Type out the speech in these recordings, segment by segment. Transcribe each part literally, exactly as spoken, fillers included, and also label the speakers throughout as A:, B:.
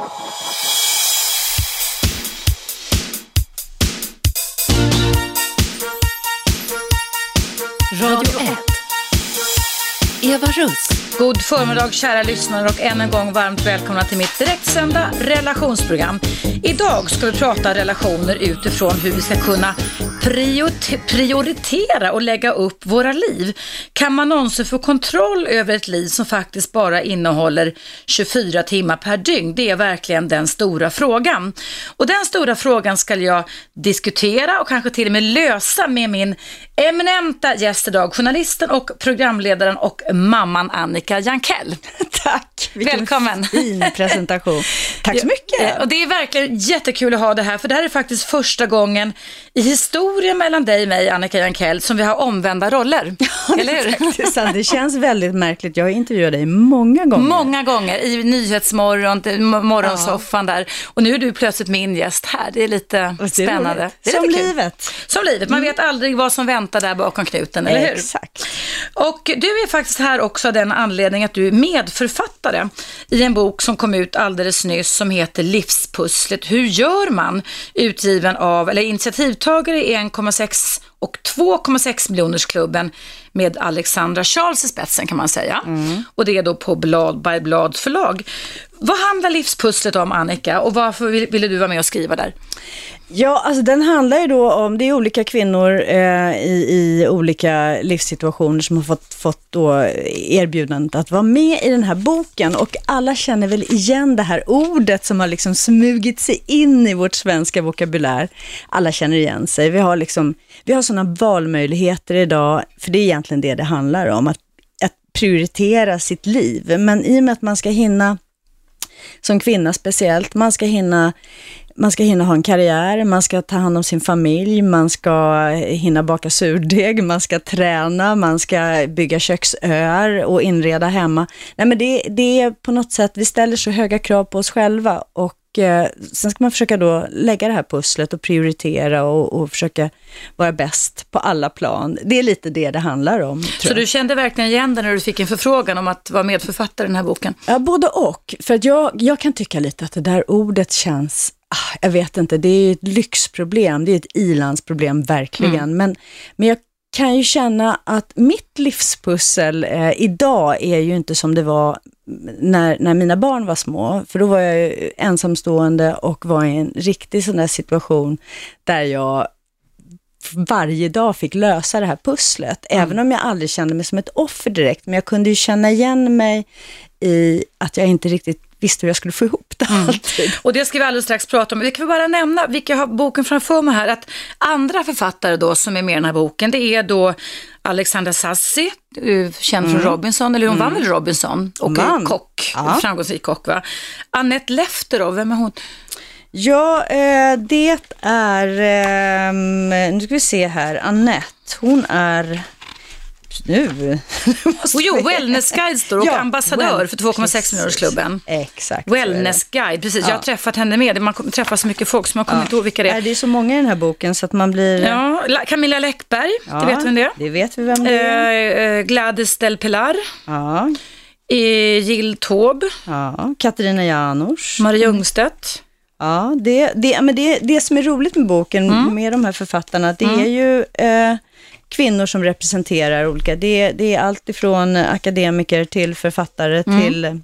A: Radio ett. Eva Russ. God förmiddag kära lyssnare och än en gång varmt välkomna till mitt direktsända relationsprogram. Idag ska vi prata relationer utifrån hur vi ska kunna prioritera och lägga upp våra liv. Kan man någonsin få kontroll över ett liv som faktiskt bara innehåller tjugofyra timmar per dygn? Det är verkligen den stora frågan. Och den stora frågan ska jag diskutera och kanske till och med lösa med min eminenta gäst idag, journalisten och programledaren och mamman Annika Jankell.
B: Tack, vilken
A: välkommen.
B: Fin presentation. Tack så mycket.
A: Och det är verkligen jättekul att ha det här, för det här är faktiskt första gången i historien mellan dig och mig, Annika Jankell, som vi har omvända roller.
B: Ja, eller hur? Det känns väldigt märkligt. Jag har intervjuat dig många gånger.
A: Många gånger i Nyhetsmorgon, morgonsoffan ja. Där. Och nu är du plötsligt min gäst här. Det är lite det spännande.
B: Är
A: det är
B: som
A: lite
B: livet.
A: Som livet. Man vet aldrig vad som väntar där bakom knuten, eller hur?
B: Exakt.
A: Och du är faktiskt här också av den anledning att du är medförfattare i en bok som kom ut alldeles nyss som heter Livspusslet. Hur gör man? Utgiven av, eller initiativtagare i en komma sex och två komma sex miljoners klubben med Alexandra Charles i spetsen, kan man säga. Mm. Och det är då på Blad by Blad förlag. Vad handlar Livspusslet om, Annika? Och varför ville du vara med och skriva där?
B: Ja, alltså den handlar ju då om, det är olika kvinnor eh, i, i olika livssituationer som har fått, fått då erbjudandet att vara med i den här boken, och alla känner väl igen det här ordet som har liksom smugit sig in i vårt svenska vokabulär. Alla känner igen sig. Vi har liksom, vi har sådana valmöjligheter idag, för det är egentligen det det handlar om, att, att prioritera sitt liv. Men i och med att man ska hinna, som kvinna speciellt, man ska hinna Man ska hinna ha en karriär, man ska ta hand om sin familj, man ska hinna baka surdeg, man ska träna, man ska bygga köksöar och inreda hemma. Nej, men det, det är på något sätt, vi ställer så höga krav på oss själva, och eh, sen ska man försöka då lägga det här pusslet och prioritera och, och försöka vara bäst på alla plan. Det är lite det det handlar om.
A: Så du kände verkligen igen det när du fick en förfrågan om att vara medförfattare i den här boken?
B: Ja, både och. För att jag, jag kan tycka lite att det där ordet känns... Jag vet inte, det är ett lyxproblem, det är ett ilandsproblem verkligen, mm. men, men jag kan ju känna att mitt livspussel eh, idag är ju inte som det var när, när mina barn var små, för då var jag ju ensamstående och var i en riktig sån där situation där jag varje dag fick lösa det här pusslet, mm. även om jag aldrig kände mig som ett offer direkt, men jag kunde ju känna igen mig i att jag inte riktigt visste hur jag skulle få ihop det mm. alltid.
A: Och det ska vi alldeles strax prata om. Vi kan bara nämna, vilka har boken framför mig här, att andra författare då som är med i den här boken, det är då Alexandra Sassi, känd mm. från Robinson, eller hon mm. vann väl Robinson, och Man. kock, ja. framgångsrik kock, va? Annette Lefterov, vem är hon?
B: Ja, eh, det är, eh, nu ska vi se här, Annette, hon är... Nu.
A: Och jo, Wellness Guide står och ja, ambassadör well, för två komma sex miljoners klubben.
B: Exakt.
A: Wellness Guide, precis. Ja. Jag har träffat henne med. Man träffar så mycket folk som man kommer ja. inte ihåg vilka det är.
B: Det är så många i den här boken så att man blir...
A: Ja, Camilla Läckberg,
B: ja,
A: det vet vem det är.
B: Det vet vi vem det är.
A: Eh, Gladys Del Pilar.
B: Ja.
A: Eh, Jill Taube.
B: Ja, Katarina Janouch.
A: Marie Ljungstedt.
B: Ja, det, det, men det, det som är roligt med boken, mm. med de här författarna, det mm. är ju... Eh, kvinnor som representerar olika, det, det är allt ifrån akademiker till författare mm. till,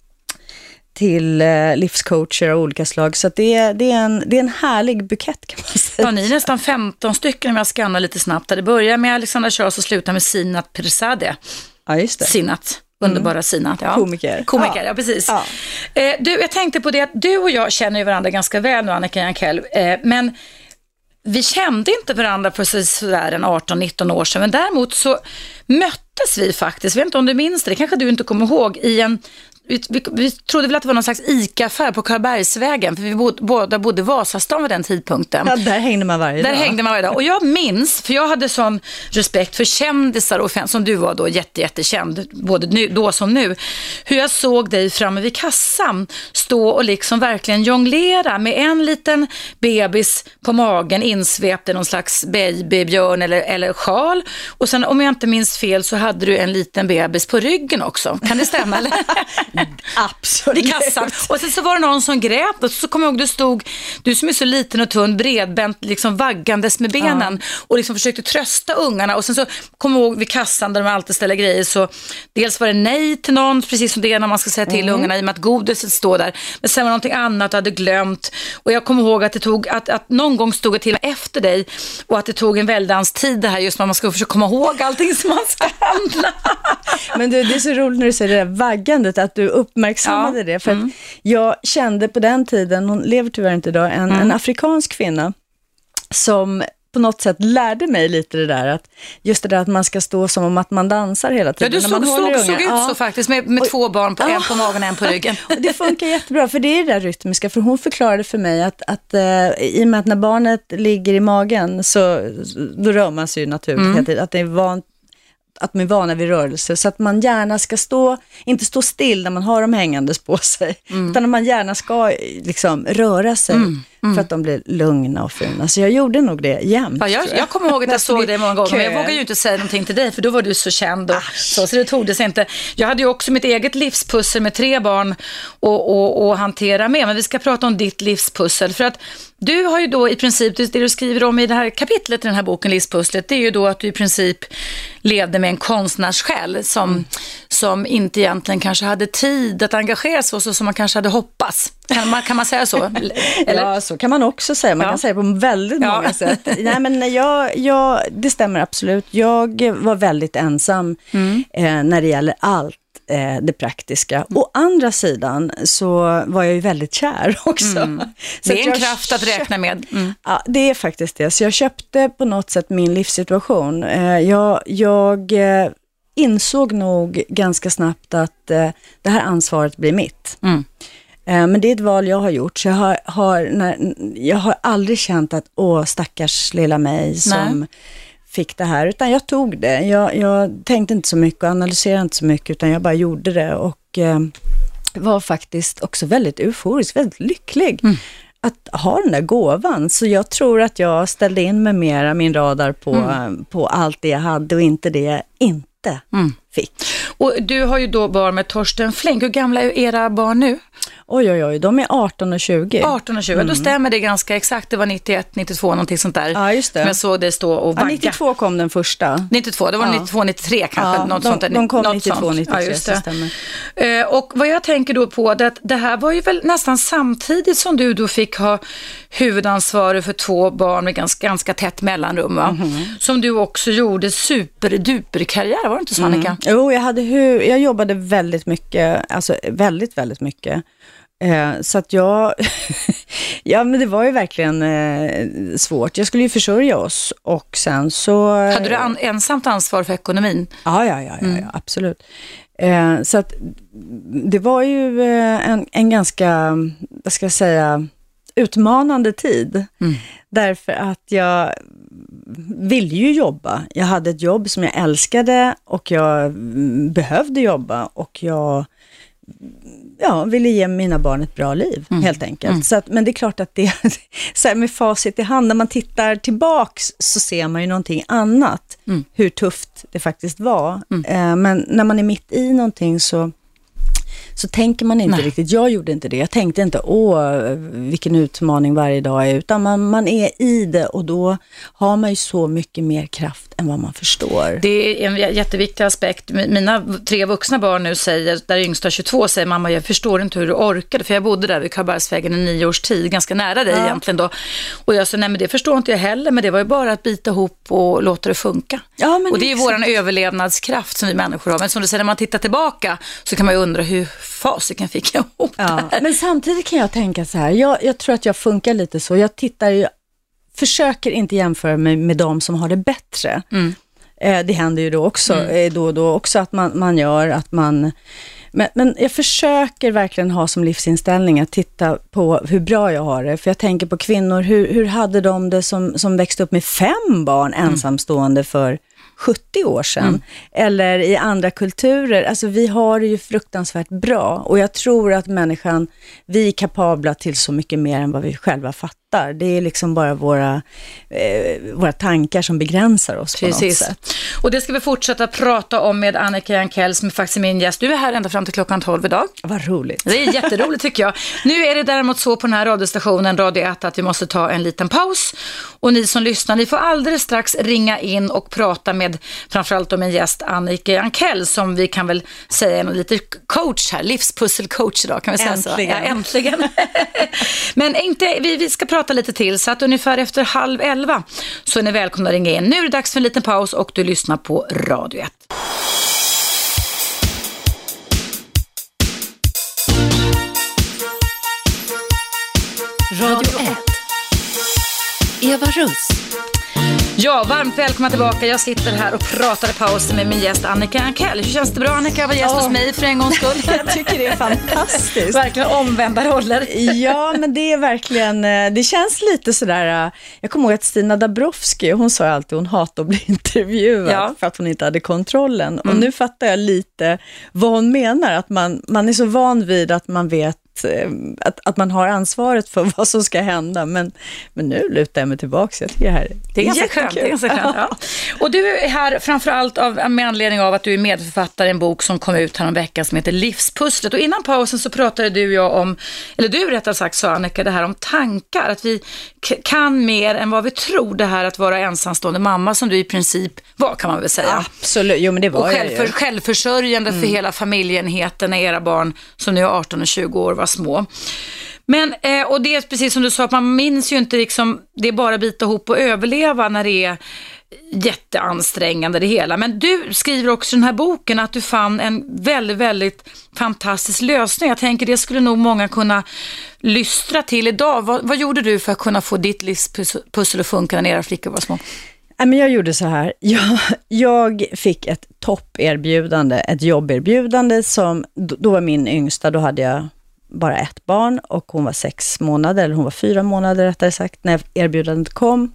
B: till uh, livscoacher av olika slag. Så att det, det, är en, det är en härlig bukett, kan man säga.
A: Ja, ni är nästan femton stycken om jag skannar lite snabbt. Det börjar med Alexandra Charles och slutar med Sinat Pirzadeh.
B: Ja, just det.
A: Sinat. Underbara mm. Sinat, ja.
B: Komiker.
A: Komiker, ja, ja precis. Ja. Eh, du, jag tänkte på det att du och jag känner ju varandra ganska väl nu, Annika Jankell. Eh, men vi kände inte varandra för sådär en arton nitton år sedan, men däremot så möttes vi faktiskt, jag vet inte om du minns det, det kanske du inte kommer ihåg, i en, vi, vi, vi trodde väl att det var någon slags ICA-affär på Karlbergsvägen, för vi bod, båda bodde i Vasastan vid den tidpunkten.
B: Ja, där hängde man varje
A: där
B: dag.
A: Där hängde man varje dag, och jag minns, för jag hade sån respekt för kändisar och som du var då jätte, jättekänd, både nu, då som nu, hur jag såg dig framme vid kassan stå och liksom verkligen jonglera med en liten bebis på magen insvept i någon slags babybjörn eller, eller sjal, och sen om jag inte minns fel så hade du en liten bebis på ryggen också. Kan det stämma eller?
B: Absolut.
A: I kassan. Och sen så var det någon som grät och så kommer jag ihåg, du stod, du som är så liten och tunn, bredbent, liksom vaggandes med benen ja. och liksom försökte trösta ungarna. Och sen så kommer jag ihåg vid kassan där de alltid ställer grejer, så dels var det nej till någon, precis som det är när man ska säga till mm. ungarna i och med att godiset står där. Men sen var det någonting annat du hade glömt. Och jag kommer ihåg att det tog, att, att någon gång stod jag till efter dig och att det tog en väldans tid det här, just när man ska försöka komma ihåg allting som man ska handla.
B: Men du, det är så roligt när du säger det där vaggandet, att du uppmärksammade ja. det. För mm. att jag kände på den tiden, hon lever tyvärr inte idag, en, mm. en afrikansk kvinna som på något sätt lärde mig lite det där, att just det där att man ska stå som om att man dansar hela tiden.
A: Ja, du
B: när man
A: såg, såg, såg ut
B: ja.
A: så faktiskt, med, med och, två barn, på, ja. en på magen och en på ryggen.
B: Och det funkar jättebra, för det är det där rytmiska, för hon förklarade för mig att, att uh, i och med att när barnet ligger i magen så då rör man sig ju naturligt, mm. att det är vant att man är vana vid rörelse, så att man gärna ska stå, inte stå still när man har dem hängandes på sig, mm. utan att man gärna ska liksom röra sig mm. Mm. för att de blir lugna och fina. Så jag gjorde nog det jämt.
A: Ja, jag, jag kommer ihåg att jag såg dig många gånger, men jag vågar ju inte säga någonting till dig, för då var du så känd och så, så det tog det sig inte. Jag hade ju också mitt eget livspussel med tre barn och, och, och hantera med, men vi ska prata om ditt livspussel, för att du har ju då i princip, det du skriver om i det här kapitlet i den här boken Livspusslet, det är ju då att du i princip levde med en konstnärssjäl som, mm. som inte egentligen kanske hade tid att engagera sig så som man kanske hade hoppats. Kan man, kan man säga så? Eller?
B: Ja, så kan man också säga. Man ja. kan säga på väldigt ja. många sätt. Nej, men jag, jag, det stämmer absolut. Jag var väldigt ensam mm. eh, när det gäller allt det praktiska. Mm. Å andra sidan så var jag ju väldigt kär också. Mm. Så
A: det är en
B: jag
A: kraft att räkna med. Mm.
B: Ja, det är faktiskt det. Så jag köpte på något sätt min livssituation. Jag, jag insåg nog ganska snabbt att det här ansvaret blir mitt. Mm. Men det är ett val jag har gjort. Så jag har, har, när, jag har aldrig känt att åh, stackars lilla mig som Nej. fick det här, utan jag tog det. Jag, jag tänkte inte så mycket och analyserade inte så mycket, utan jag bara gjorde det och eh, var faktiskt också väldigt euforisk, väldigt lycklig mm. att ha den där gåvan. Så jag tror att jag ställde in med mera min radar på, mm. på allt det jag hade och inte det jag inte mm. fick.
A: Och du har ju då barn med Torsten Flink. Hur gamla är era barn nu?
B: Oj, oj, oj. De är arton och tjugo.
A: arton och tjugo, mm. då stämmer det ganska exakt. Det var nittioett, nittiotvå, någonting sånt där.
B: Ja, just det.
A: Men jag såg det stå och vagga.
B: Ja, nittiotvå kom den första.
A: nittiotvå, det var ja. nittiotvå, nittiotre kanske.
B: Ja,
A: något
B: de,
A: sånt där.
B: de kom
A: något
B: nittiotvå,
A: sånt.
B: nittiotre,
A: ja, just det.
B: Så stämmer.
A: Uh, och vad jag tänker då på, det, att det här var ju väl nästan samtidigt som du då fick ha huvudansvaret för två barn med ganska, ganska tätt mellanrum, va? Mm-hmm. Som du också gjorde superduperkarriär, var det inte så, Annika? Mm.
B: Jo, jag, hade hu- jag jobbade väldigt mycket, alltså väldigt, väldigt mycket. Eh, så att jag, ja men det var ju verkligen eh, svårt. Jag skulle ju försörja oss och sen så...
A: Hade du an- ensamt ansvar för ekonomin?
B: Ja, ja, ja, ja, mm. ja absolut. Eh, så att det var ju eh, en, en ganska, vad ska jag säga, utmanande tid. Mm. Därför att jag ville ju jobba. Jag hade ett jobb som jag älskade och jag behövde jobba och jag ja, ville ge mina barn ett bra liv, mm. helt enkelt. Mm. Så att, men det är klart att det så här med facit i hand, när man tittar tillbaks så ser man ju någonting annat. Mm. Hur tufft det faktiskt var. Mm. Eh, men när man är mitt i någonting så så tänker man inte Nej. riktigt. Jag gjorde inte det. Jag tänkte inte, åh, vilken utmaning varje dag är. Utan man, man är i det och då har man ju så mycket mer kraft än vad man förstår.
A: Det är en jätteviktig aspekt. Mina tre vuxna barn nu säger, där yngsta tjugotvå säger, mamma, jag förstår inte hur du orkade. För jag bodde där vid Karlbergsvägen i nio års tid, ganska nära dig ja. egentligen då. Och jag sa, nej men det förstår inte jag heller, men det var ju bara att bita ihop och låta det funka. Ja, men och det är ju våran överlevnadskraft som vi människor har. Men som du säger, när man tittar tillbaka så kan man ju undra hur fasiken fick jag ihop
B: ja,
A: det här.
B: Men samtidigt kan jag tänka så här, jag, jag tror att jag funkar lite så. Jag tittar ju, försöker inte jämföra mig med de som har det bättre. Mm. Eh, det händer ju då också, mm. eh, då och då också att man, man gör att man... Men, men jag försöker verkligen ha som livsinställning att titta på hur bra jag har det. För jag tänker på kvinnor, hur, hur hade de det som, som växte upp med fem barn ensamstående för sjuttio år sedan? Mm. Eller i andra kulturer. Alltså vi har det ju fruktansvärt bra. Och jag tror att människan, vi är kapabla till så mycket mer än vad vi själva fattar. fattar. Det är liksom bara våra, eh, våra tankar som begränsar oss. Precis. På något sätt.
A: Och det ska vi fortsätta prata om med Annika Jankell som är faktiskt min gäst. Du är här ända fram till klockan tolv idag.
B: Vad roligt.
A: Det är jätteroligt tycker jag. Nu är det däremot så på den här radiostationen Radio ett att vi måste ta en liten paus. Och ni som lyssnar, ni får alldeles strax ringa in och prata med framförallt om en gäst, Annika Jankell, som vi kan väl säga är lite coach här, livspusselcoach idag kan vi säga.
B: Äntligen.
A: Så. Ja, äntligen. Men inte, vi, vi ska prata lite till så att ungefär efter halv elva så är ni välkomna att ringa in. Nu är det dags för en liten paus och du lyssnar på Radio ett.
C: Radio ett. Eva Russ.
A: Ja, varmt välkomna tillbaka. Jag sitter här och pratar i pausen med min gäst Annika Jankell. Hur känns det bra, Annika, att vara gäst
B: oh.
A: hos mig för en gångs skull?
B: Jag tycker det är fantastiskt.
A: Verkligen omvända roller.
B: Ja, men det är verkligen, det känns lite sådär, jag kommer ihåg att Stina Dabrowski, hon sa alltid hon hatade att bli intervjuad ja. för att hon inte hade kontrollen. Mm. Och nu fattar jag lite vad hon menar, att man, man är så van vid att man vet Att, att man har ansvaret för vad som ska hända, men, men nu lutar jag mig tillbaka. Jag tycker det här
A: det är ganska skönt, det är ganska skönt ja. Och du är här framförallt av, med anledning av att du är medförfattare i en bok som kom ut här om veckan som heter Livspusslet. Och innan pausen så pratade du och jag om, eller du rättare sagt sa Annika, det här om tankar, att vi k- kan mer än vad vi tror, det här att vara ensamstående mamma som du i princip var, kan man väl säga.
B: Absolut, jo men det var
A: och själv,
B: jag
A: för,
B: ju.
A: självförsörjande mm. för hela familjeenheten när era barn som nu är arton och tjugo år var små. Men, eh, och det är precis som du sa, att man minns ju inte liksom, det är bara bita ihop och överleva när det är jätteansträngande det hela. Men du skriver också i den här boken att du fann en väldigt, väldigt fantastisk lösning. Jag tänker det skulle nog många kunna lystra till idag. Vad, vad gjorde du för att kunna få ditt livspussel att funka när era flickor var små?
B: Men jag gjorde så här, jag, jag fick ett topperbjudande, ett jobberbjudande som, då var min yngsta, då hade jag bara ett barn och hon var sex månader, eller hon var fyra månader rättare sagt, när erbjudandet kom.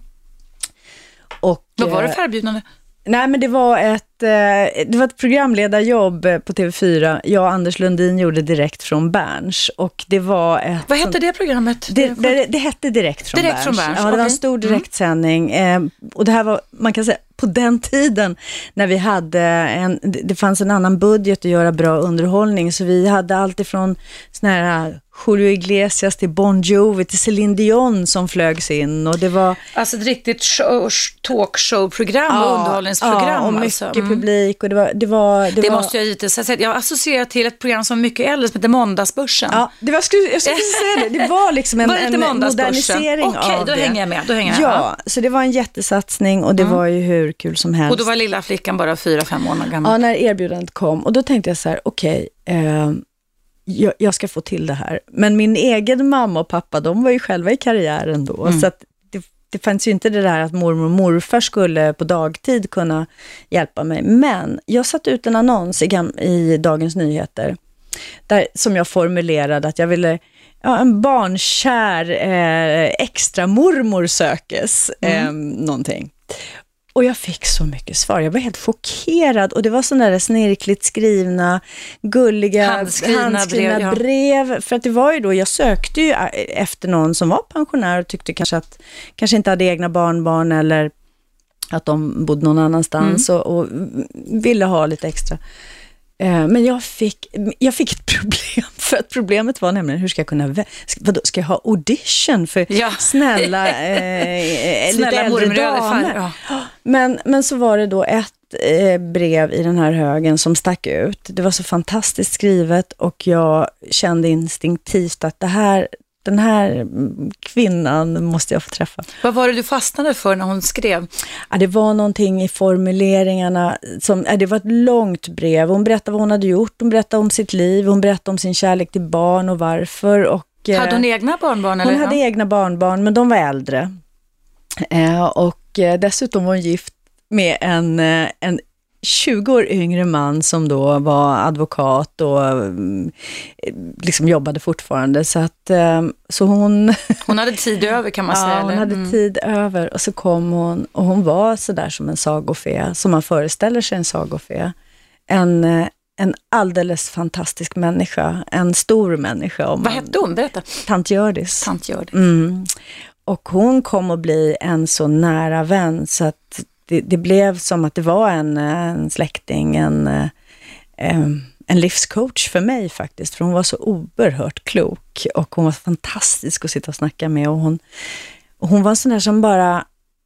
B: Och,
A: vad var det för erbjudande?
B: Nej, men det var ett, det var ett programledarjobb på T V fyra. Jag och Anders Lundin gjorde Direkt från Berns. Och det var ett...
A: Vad hette det programmet?
B: Det, det, det hette Direkt från
A: Direkt
B: Berns.
A: Från Berns.
B: Ja, det var en stor direktsändning. Mm. Och det här var, man kan säga, på den tiden när vi hade en, det fanns en annan budget att göra bra underhållning. Så vi hade allt ifrån såna här Julio Iglesias till Bon Jovi till Celine Dion som flögs in. Och det var...
A: Alltså ett riktigt show, talkshow-program och
B: ja,
A: underhållningsprogram.
B: Ja, och mycket
A: alltså. mm.
B: publik. Och det var, det var, det
A: det
B: var...
A: måste jag givetvis säga. Jag associerar till ett program som är mycket äldre som heter Måndagsbörsen.
B: Ja, det var, jag skulle, jag skulle säga det. Det var liksom en,
A: var det
B: en modernisering
A: Okej,
B: av
A: då
B: det.
A: hänger jag med. Då hänger jag
B: ja,
A: ja,
B: så det var en jättesatsning och det mm. var ju hur kul som helst.
A: Och då var lilla flickan bara fyra, fem månader gammal.
B: Ja, när erbjudandet kom. Och då tänkte jag så här, okej, okay, eh, jag, jag ska få till det här. Men min egen mamma och pappa, de var ju själva i karriären då. Mm. Så att det, det fanns ju inte det där att mormor och morfar skulle på dagtid kunna hjälpa mig. Men jag satte ut en annons i, gam- i Dagens Nyheter. Där, som jag formulerade att jag ville... Ja, en barnkär eh, extra mormor sökes. Eh, mm. Någonting. Och jag fick så mycket svar. Jag var helt chockerad. Och det var sådana där snirkligt skrivna, gulliga,
A: handskrivna,
B: handskrivna
A: brev. Ja.
B: brev. För att det var ju då, jag sökte ju efter någon som var pensionär och tyckte kanske att, kanske inte hade egna barnbarn eller att de bodde någon annanstans mm. och, och ville ha lite extra. Men jag fick, jag fick ett problem, för att problemet var nämligen hur ska jag kunna, vä- ska, vadå, ska jag ha audition för ja. snälla, eh,
A: snälla
B: lite äldre damer?
A: Ja.
B: Men, men så var det då ett eh, brev i den här högen som stack ut. Det var så fantastiskt skrivet och jag kände instinktivt att det här, den här kvinnan måste jag få träffa.
A: Vad var det du fastnade för när hon skrev?
B: Ja, det var någonting i formuleringarna. Som, ja, det var ett långt brev. Hon berättade vad hon hade gjort. Hon berättade om sitt liv. Hon berättade om sin kärlek till barn och varför. Och,
A: hade hon egna barnbarn?
B: Hon
A: eller?
B: hade egna barnbarn, men de var äldre. Eh, och eh, dessutom var hon gift med en, eh, en tjugo år yngre man som då var advokat och liksom jobbade fortfarande. Så, att, så hon...
A: Hon hade tid över kan man
B: ja,
A: säga.
B: Ja, hon
A: eller?
B: hade
A: mm.
B: tid över. Och så kom hon och hon var så där som en sagofé, som man föreställer sig en sagofé. En, en alldeles fantastisk människa. En stor människa.
A: Vad
B: man...
A: hette hon? Berätta.
B: Tant Gördis.
A: Tant Gördis.
B: Mm. och hon kom att bli en så nära vän så att det, det blev som att det var en, en släkting, en, en, en livscoach för mig faktiskt. För hon var så oerhört klok och hon var fantastisk att sitta och snacka med. Och hon, och hon var en sån där som bara,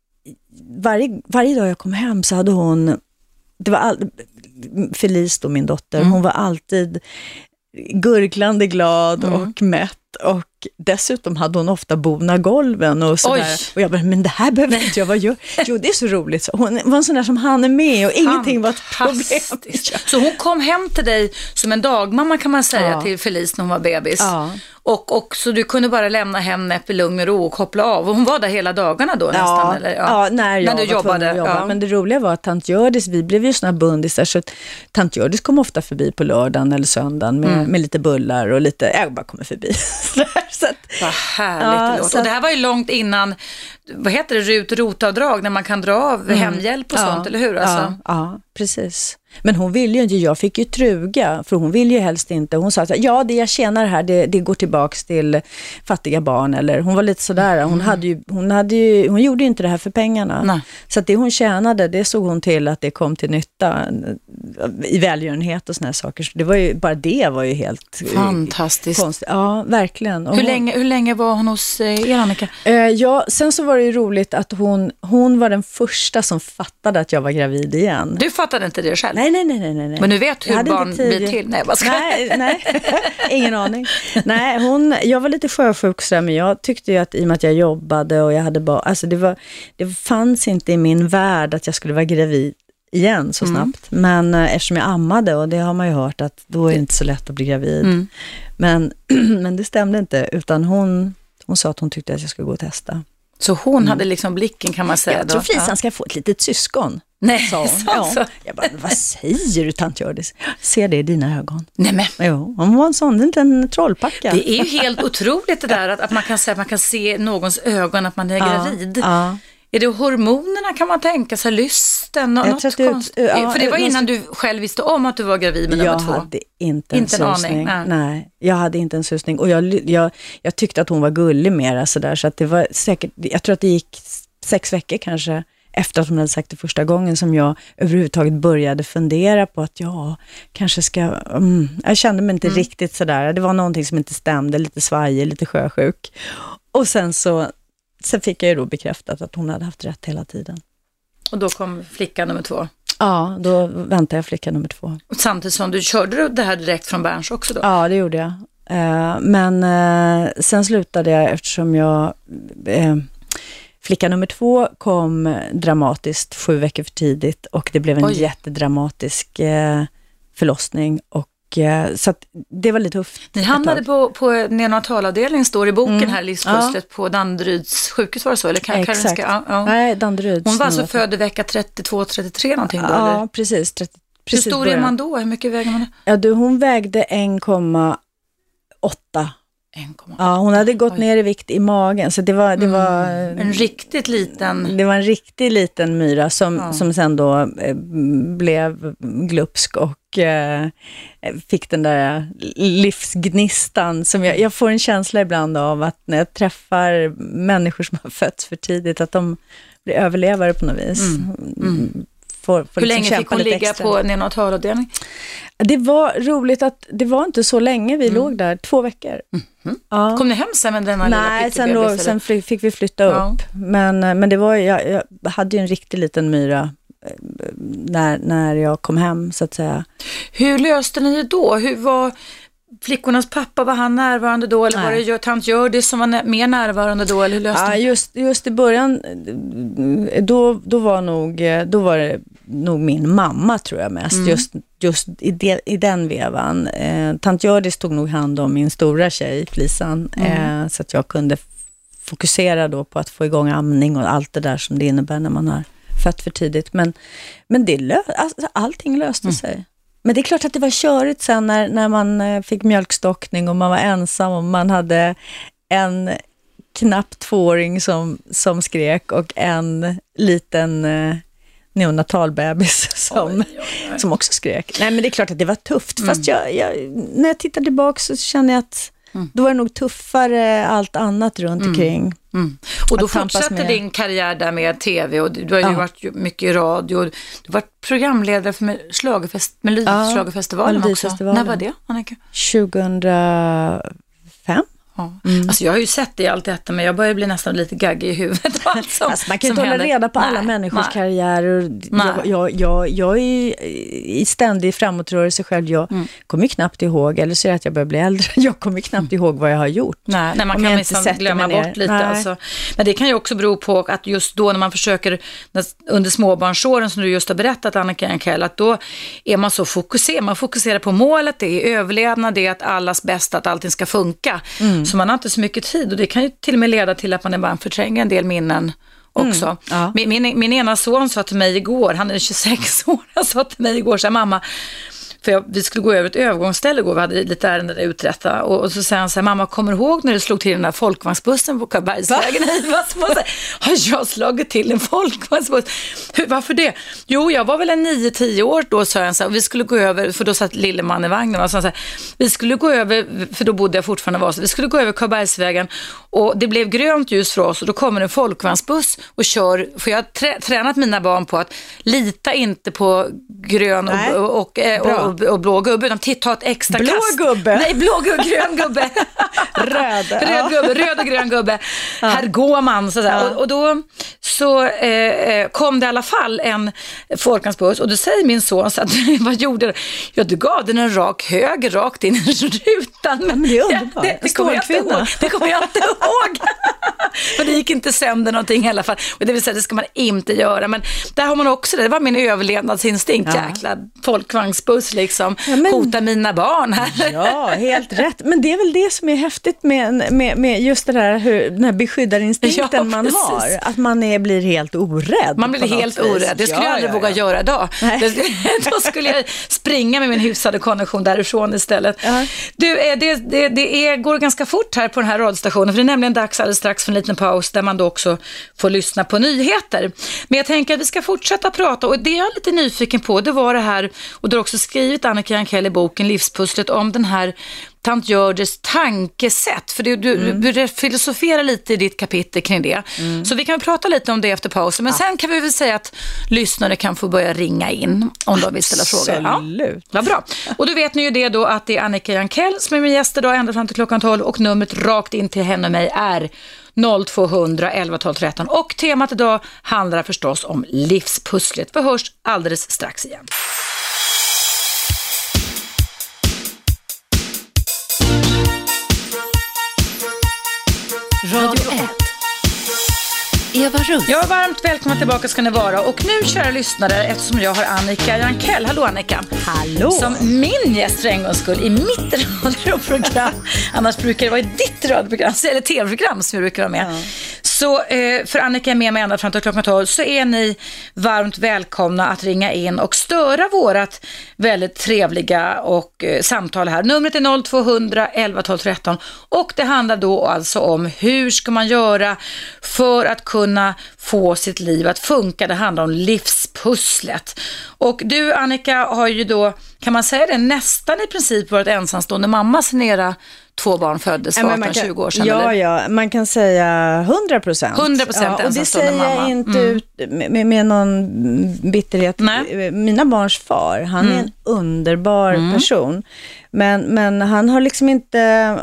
B: varje, varje dag jag kom hem så hade hon, det var all, Felice då, min dotter, mm. hon var alltid gurglande glad mm. och mätt. Och dessutom hade hon ofta bona golven och sådär. Och jag bara, men det här behöver inte jag, vad gör? Jo, det är så roligt. Hon var en sån där som han är med och ingenting var ett problem.
A: Så hon kom hem till dig som en dagmamma kan man säga, ja. Till Felice när hon var bebis. Ja. Och, och så du kunde bara lämna henne i lugn och ro och koppla av. Och hon var där hela dagarna då nästan?
B: Ja,
A: eller?
B: Ja. ja när jag
A: när du
B: var
A: jobbade.
B: Jobba.
A: Ja.
B: Men det roliga var att tant Gördis, vi blev ju såna bundisar så att tant Gördis kom ofta förbi på lördagen eller söndagen med, mm. med lite bullar och lite, jag bara kommer förbi. så att,
A: vad härligt ja,
B: så
A: och det här var ju långt innan, vad heter det, rut rotavdrag när man kan dra av mm. hemhjälp och
B: ja,
A: sånt, eller hur? Alltså?
B: Ja, ja, precis. Men hon ville ju inte, jag fick ju truga, för hon ville ju helst inte. Hon sa att ja, det jag tjänar här, det, det går tillbaks till fattiga barn. Eller hon var lite sådär, hon, mm. hade ju, hon, hade ju, hon gjorde ju inte det här för pengarna. Nej. Så att det hon tjänade, det såg hon till att det kom till nytta i välgörenhet och såna här saker. Så det var ju, bara det var ju helt
A: fantastiskt.
B: Konstigt. Ja, verkligen.
A: Hur, hon, länge, hur länge var hon hos er, Annika?
B: Eh, ja, sen så var det ju roligt att hon, hon var den första som fattade att jag var gravid igen.
A: Du fattade inte det själv?
B: Nej, nej, nej, nej, nej.
A: Men du vet hur barn blir till? Nej, vad ska
B: nej, nej. Ingen aning. Nej, hon, jag var lite sjösjuk så där, men jag tyckte ju att i och med att jag jobbade och jag hade bara, alltså det var, det fanns inte i min värld att jag skulle vara gravid igen så snabbt. Mm. Men eh, eftersom jag ammade, och det har man ju hört att då är det inte så lätt att bli gravid. Mm. Men, men det stämde inte, utan hon, hon sa att hon tyckte att jag skulle gå och testa.
A: Så hon mm. hade liksom blicken, kan man säga.
B: Jag
A: då.
B: tror Frisan ja. ska få ett litet syskon.
A: Nej,
B: sa hon. Ja. Jag bara, vad säger du, tant Gördis? Ser det i dina ögon?
A: Nej, men.
B: Jo, hon var en sån, inte en trollpacka.
A: Det är ju helt otroligt det där att, att man kan säga att man kan se någons ögon att man är
B: ja.
A: gravid.
B: Ja.
A: Är det hormonerna, kan man tänka sig, lysten och något konstigt? Ut, ja, för det var innan du själv visste om att du var gravid med nummer två.
B: Jag hade inte en
A: inte en
B: susning.
A: aning. Nej.
B: Nej, jag hade inte en susning. Och jag, jag, jag tyckte att hon var gullig mer så där, så att det var säkert, jag tror att det gick sex veckor kanske efter att hon hade sagt det första gången som jag överhuvudtaget började fundera på att ja, kanske ska, mm, jag kände mig inte mm. riktigt sådär. Det var någonting som inte stämde, lite svajig, lite sjösjuk. Och sen så Sen fick jag ju då bekräftat att hon hade haft rätt hela tiden.
A: Och då kom flicka nummer två?
B: Ja, då väntade jag flicka nummer två.
A: Och samtidigt som du körde det här direkt från Berns också då?
B: Ja, det gjorde jag. Eh, men eh, sen slutade jag eftersom jag... Eh, flicka nummer två kom dramatiskt sju veckor för tidigt. Och det blev en Oj. jättedramatisk eh, förlossning. Och så att det var lite tufft.
A: Ni hamnade på, på neonatalavdelningen, står i boken mm. här, livspusslet ja. på Danderyds sjukhus, var det så? Eller Kar-
B: Exakt.
A: Karinska? Ja, ja.
B: Nej, Danderyds.
A: Hon var alltså född i vecka trettiotvå trettiotre någonting då?
B: Ja,
A: eller?
B: precis. trettio, precis.
A: Hur stor är man då? Hur mycket väger man?
B: Ja, du, hon vägde en komma åtta.
A: en komma åtta.
B: Ja, hon hade gått Oj. ner i vikt i magen, så det var... Det
A: mm.
B: var
A: en riktigt liten...
B: Det var en riktigt liten myra som, ja. som sen då eh, blev glupsk och eh, fick den där livsgnistan som jag, jag får en känsla ibland av att när jag träffar människor som har fötts för tidigt, att de blir överlevare på något vis. Mm. Mm. Får, får
A: Hur
B: liksom
A: länge fick hon ligga
B: extra.
A: på neonatalavdelning?
B: Det var roligt att det var inte så länge vi mm. låg där, två veckor.
A: Mm. Ja. Kom ni hem sen med denna
B: Nej,
A: lilla
B: sen, låg, sen fick vi flytta upp. Ja. Men, men det var, jag, jag hade ju en riktig liten myra när, när jag kom hem, så att säga.
A: Hur löste ni det då? Hur var flickornas pappa, var han närvarande då? Eller Nej. var det tant Gördis som var mer närvarande då? Eller hur löste
B: ja, just, just i början då, då, var nog, då var det nog min mamma, tror jag mest. Mm. Just, just i, de, i den vevan. Eh, tant Gördis tog nog hand om min stora tjej, Flisan. Mm. Eh, så att jag kunde fokusera då på att få igång amning och allt det där som det innebär när man har fött för tidigt. Men, men det lö, alltså, allting löste mm. sig. Men det är klart att det var körigt sen när, när man fick mjölkstockning och man var ensam och man hade en knapp tvååring som, som skrek och en liten eh, neonatalbebis som, oj, oj, som också skrek. Nej, men det är klart att det var tufft. Mm. Fast jag, jag, när jag tittar tillbaka så känner jag att mm. då var det nog tuffare allt annat runt mm. omkring.
A: Mm. Och då fortsatte din karriär där med tv och du har ju ja. varit mycket i radio och du har varit programledare för Schlagerfest, Melodislagerfestivalen ja, också. När var det, Annika?
B: tjugohundrafem.
A: Ja. Mm. Alltså jag har ju sett det i allt detta, men jag börjar bli nästan lite gaggig i huvudet. Allt som,
B: alltså man kan inte hålla reda på nej, alla människors nej. karriärer. Jag, jag, jag, jag är i ständig framåtrörelse själv. Jag mm. kommer knappt ihåg, eller så är det att jag börjar bli äldre. Jag kommer knappt mm. ihåg vad jag har gjort. Nej, nej man kan liksom glömma bort lite. Alltså. Men det kan ju också bero på att just då när man försöker, under småbarnsåren som du just har berättat, Annika Jankell, att då är man så fokuserad. Man fokuserar på målet, det är överlevnad, det är att allas bästa, att allting ska funka. Mm. Så man har inte så mycket tid och det kan ju till och med leda till att man ibland förtränger en del minnen också. Mm, ja. min, min, min ena son sa till mig igår, han är tjugosex år, han sa till mig igår så här, mamma, för jag, vi skulle gå över ett övergångsställe igår, vi hade lite ärenden att uträtta och, och så säger han så här, mamma, kommer du ihåg när du slog till den där folkvagnsbussen på Karlbergsvägen? Har jag slagit till en folkvagnsbuss? Hur, varför det? Jo, jag var väl en nio tio år då, sa han så här, och vi skulle gå över, för då satt lilleman i vagnen och så här, vi skulle gå över, för då bodde jag fortfarande var så, vi skulle gå över Karlbergsvägen och det blev grönt ljus för oss och då kommer en folkvagnsbuss och kör, för jag har trä, tränat mina barn på att lita inte på grön och, och, och, och och blå gubbe, utan ta ett extra blå
A: kast.
B: Blå gubbe?
A: Nej, blå gubbe, grön gubbe.
B: Röd.
A: Röd gubbe, röd och grön gubbe. Ja. Här går man. Så ja. och, och då så eh, kom det i alla fall en folkvagnsbuss och då säger min son så att, vad gjorde du? Ja, du gav den en rak höger, rakt in i rutan. Men,
B: men det är underbart.
A: Ja, det, det, kommer jag inte ihåg. det kommer jag inte ihåg. För det gick inte sönder någonting i alla fall. Och det vill säga, det ska man inte göra. Men där har man också det. Det var min överlevnadsinstinkt. Ja. Jäkla folkvagnsbuss liksom. Ja, men, hota mina barn här.
B: Ja, helt rätt. Men det är väl det som är häftigt med, med, med just det där, hur, den här beskyddarinstinkten ja, man precis. har. Att man är, blir helt orädd.
A: Man blir helt orädd. Det skulle ja, jag aldrig ja, våga ja. göra idag. Då skulle jag springa med min hyfsade kondition därifrån istället. Ja. Du, det, det, det är, går ganska fort här på den här radiostationen. För det är nämligen dags alldeles strax för en liten paus där man då också får lyssna på nyheter. Men jag tänker att vi ska fortsätta prata. Och det jag är lite nyfiken på, det var det här, och du har också skrivit, Annika Jankell, i boken Livspusslet, om den här tant Gördes tankesätt. För du, du, mm. du filosoferar lite i ditt kapitel kring det. Mm. Så vi kan prata lite om det efter pausen. Men ja. sen kan vi väl säga att lyssnare kan få börja ringa in om de vill ställa frågor.
B: Absolut.
A: Ja, bra. Och då vet ni ju det då att det är Annika Jankell som är min gäst idag ända fram till klockan tolv och numret rakt in till henne och mig är noll två hundra elva tolv tretton och temat idag handlar förstås om livspusslet. Vi hörs alldeles strax igen.
C: Radio ett. Eva Russ.
A: Ja, varmt välkomna tillbaka ska ni vara. Och nu, kära lyssnare, eftersom jag har Annika Jankell. Hallå Annika.
B: Hallå.
A: Som min gäst för en gångs skull i mitt radioprogram. Annars brukar det vara i ditt radioprogram, eller tv-program som jag brukar vara med. Ja. Så eh, för Annika är med mig ända fram till klockan tolv, så är ni varmt välkomna att ringa in och störa vårat väldigt trevliga och eh, samtal här. Numret är noll två hundra elva tolv tretton och det handlar då alltså om hur ska man göra för att kunna få sitt liv att funka. Det handlar om livspusslet. Och du, Annika, har ju då, kan man säga det, nästan i princip varit ensamstående mamma sen era två barn föddes för arton tjugo år sedan.
B: Ja,
A: eller?
B: ja, man kan säga hundra procent.
A: hundra procent
B: ja,
A: ensamstående mamma.
B: Och det säger jag inte
A: mm.
B: ut med, med någon bitterhet. Nej. Mina barns far, han mm. är en underbar mm. person. Men, men han har liksom inte...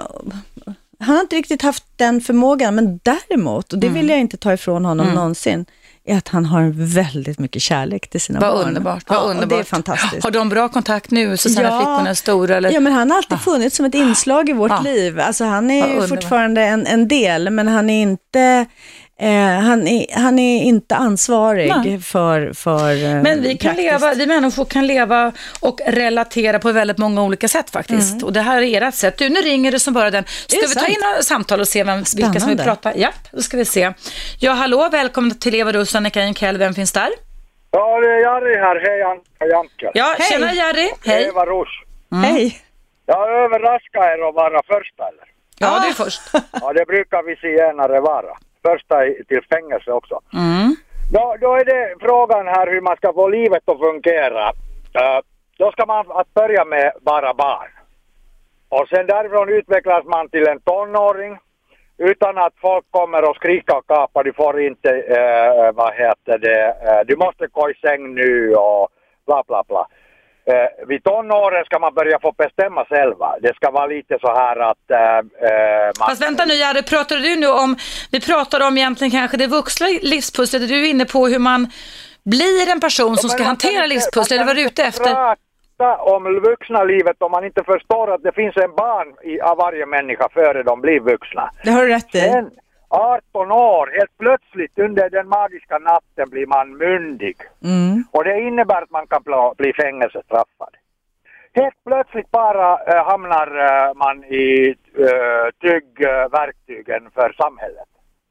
B: Han har inte riktigt haft den förmågan, men däremot, och det vill jag inte ta ifrån honom mm. någonsin, är att han har väldigt mycket kärlek till sina
A: vad
B: barn.
A: Underbart, vad
B: ja,
A: underbart.
B: Och det är fantastiskt.
A: Har de bra kontakt nu, så sina ja. flickorna är stora? Eller?
B: Ja, men han har alltid funnits som ett inslag i vårt ja. liv. Alltså han är ju fortfarande en, en del, men han är inte... Eh, han, är, han är inte ansvarig Nej. för, för eh,
A: Men vi kan leva, vi människor kan leva och relatera på väldigt många olika sätt faktiskt. Mm. Och det här är ert sätt. Du, nu ringer det som bara den. Ska vi ta in några samtal och se vem, vilka som vi pratar? Ja, då ska vi se. Ja, hallå, välkommen till Eva Russ, Annika Jankell. Vem finns där?
D: Ja, det är Jari här. Hej, Annika Jankell.
A: Ja,
B: hej.
A: Tjena Jari. Hej.
D: Eva Russ.
B: Mm. Hej.
D: Jag överraskar er att vara första, eller?
A: Ja, ja, du är först.
D: Ja, det brukar vi senare vara. Första till fängelse också.
A: Mm.
D: Då, då är det frågan här hur man ska få livet att fungera. Uh, då ska man att börja med bara barn. Och sen därifrån utvecklas man till en tonåring utan att folk kommer och skrika och kapa. Du får inte, eh, vad heter det, eh, du måste gå i säng nu och bla bla bla. Eh, vid tonåren ska man börja få bestämma själva. Det ska vara lite så här att... Eh, man...
A: Fast vänta nu, Jari, pratar du nu om, vi pratar om egentligen kanske det vuxna livspusslet. Du är inne på hur man blir en person som ja, ska hantera livspusslet, eller vad du är ute efter?
D: Om vuxna livet om man inte förstår att det finns en barn i, av varje människa före de blir vuxna.
B: Det har du rätt i.
D: Sen arton år, helt plötsligt under den magiska natten blir man myndig. Mm. Och det innebär att man kan bli, bli fängelsestraffad. Helt plötsligt bara äh, hamnar äh, man i äh, tyggverktygen äh, för samhället.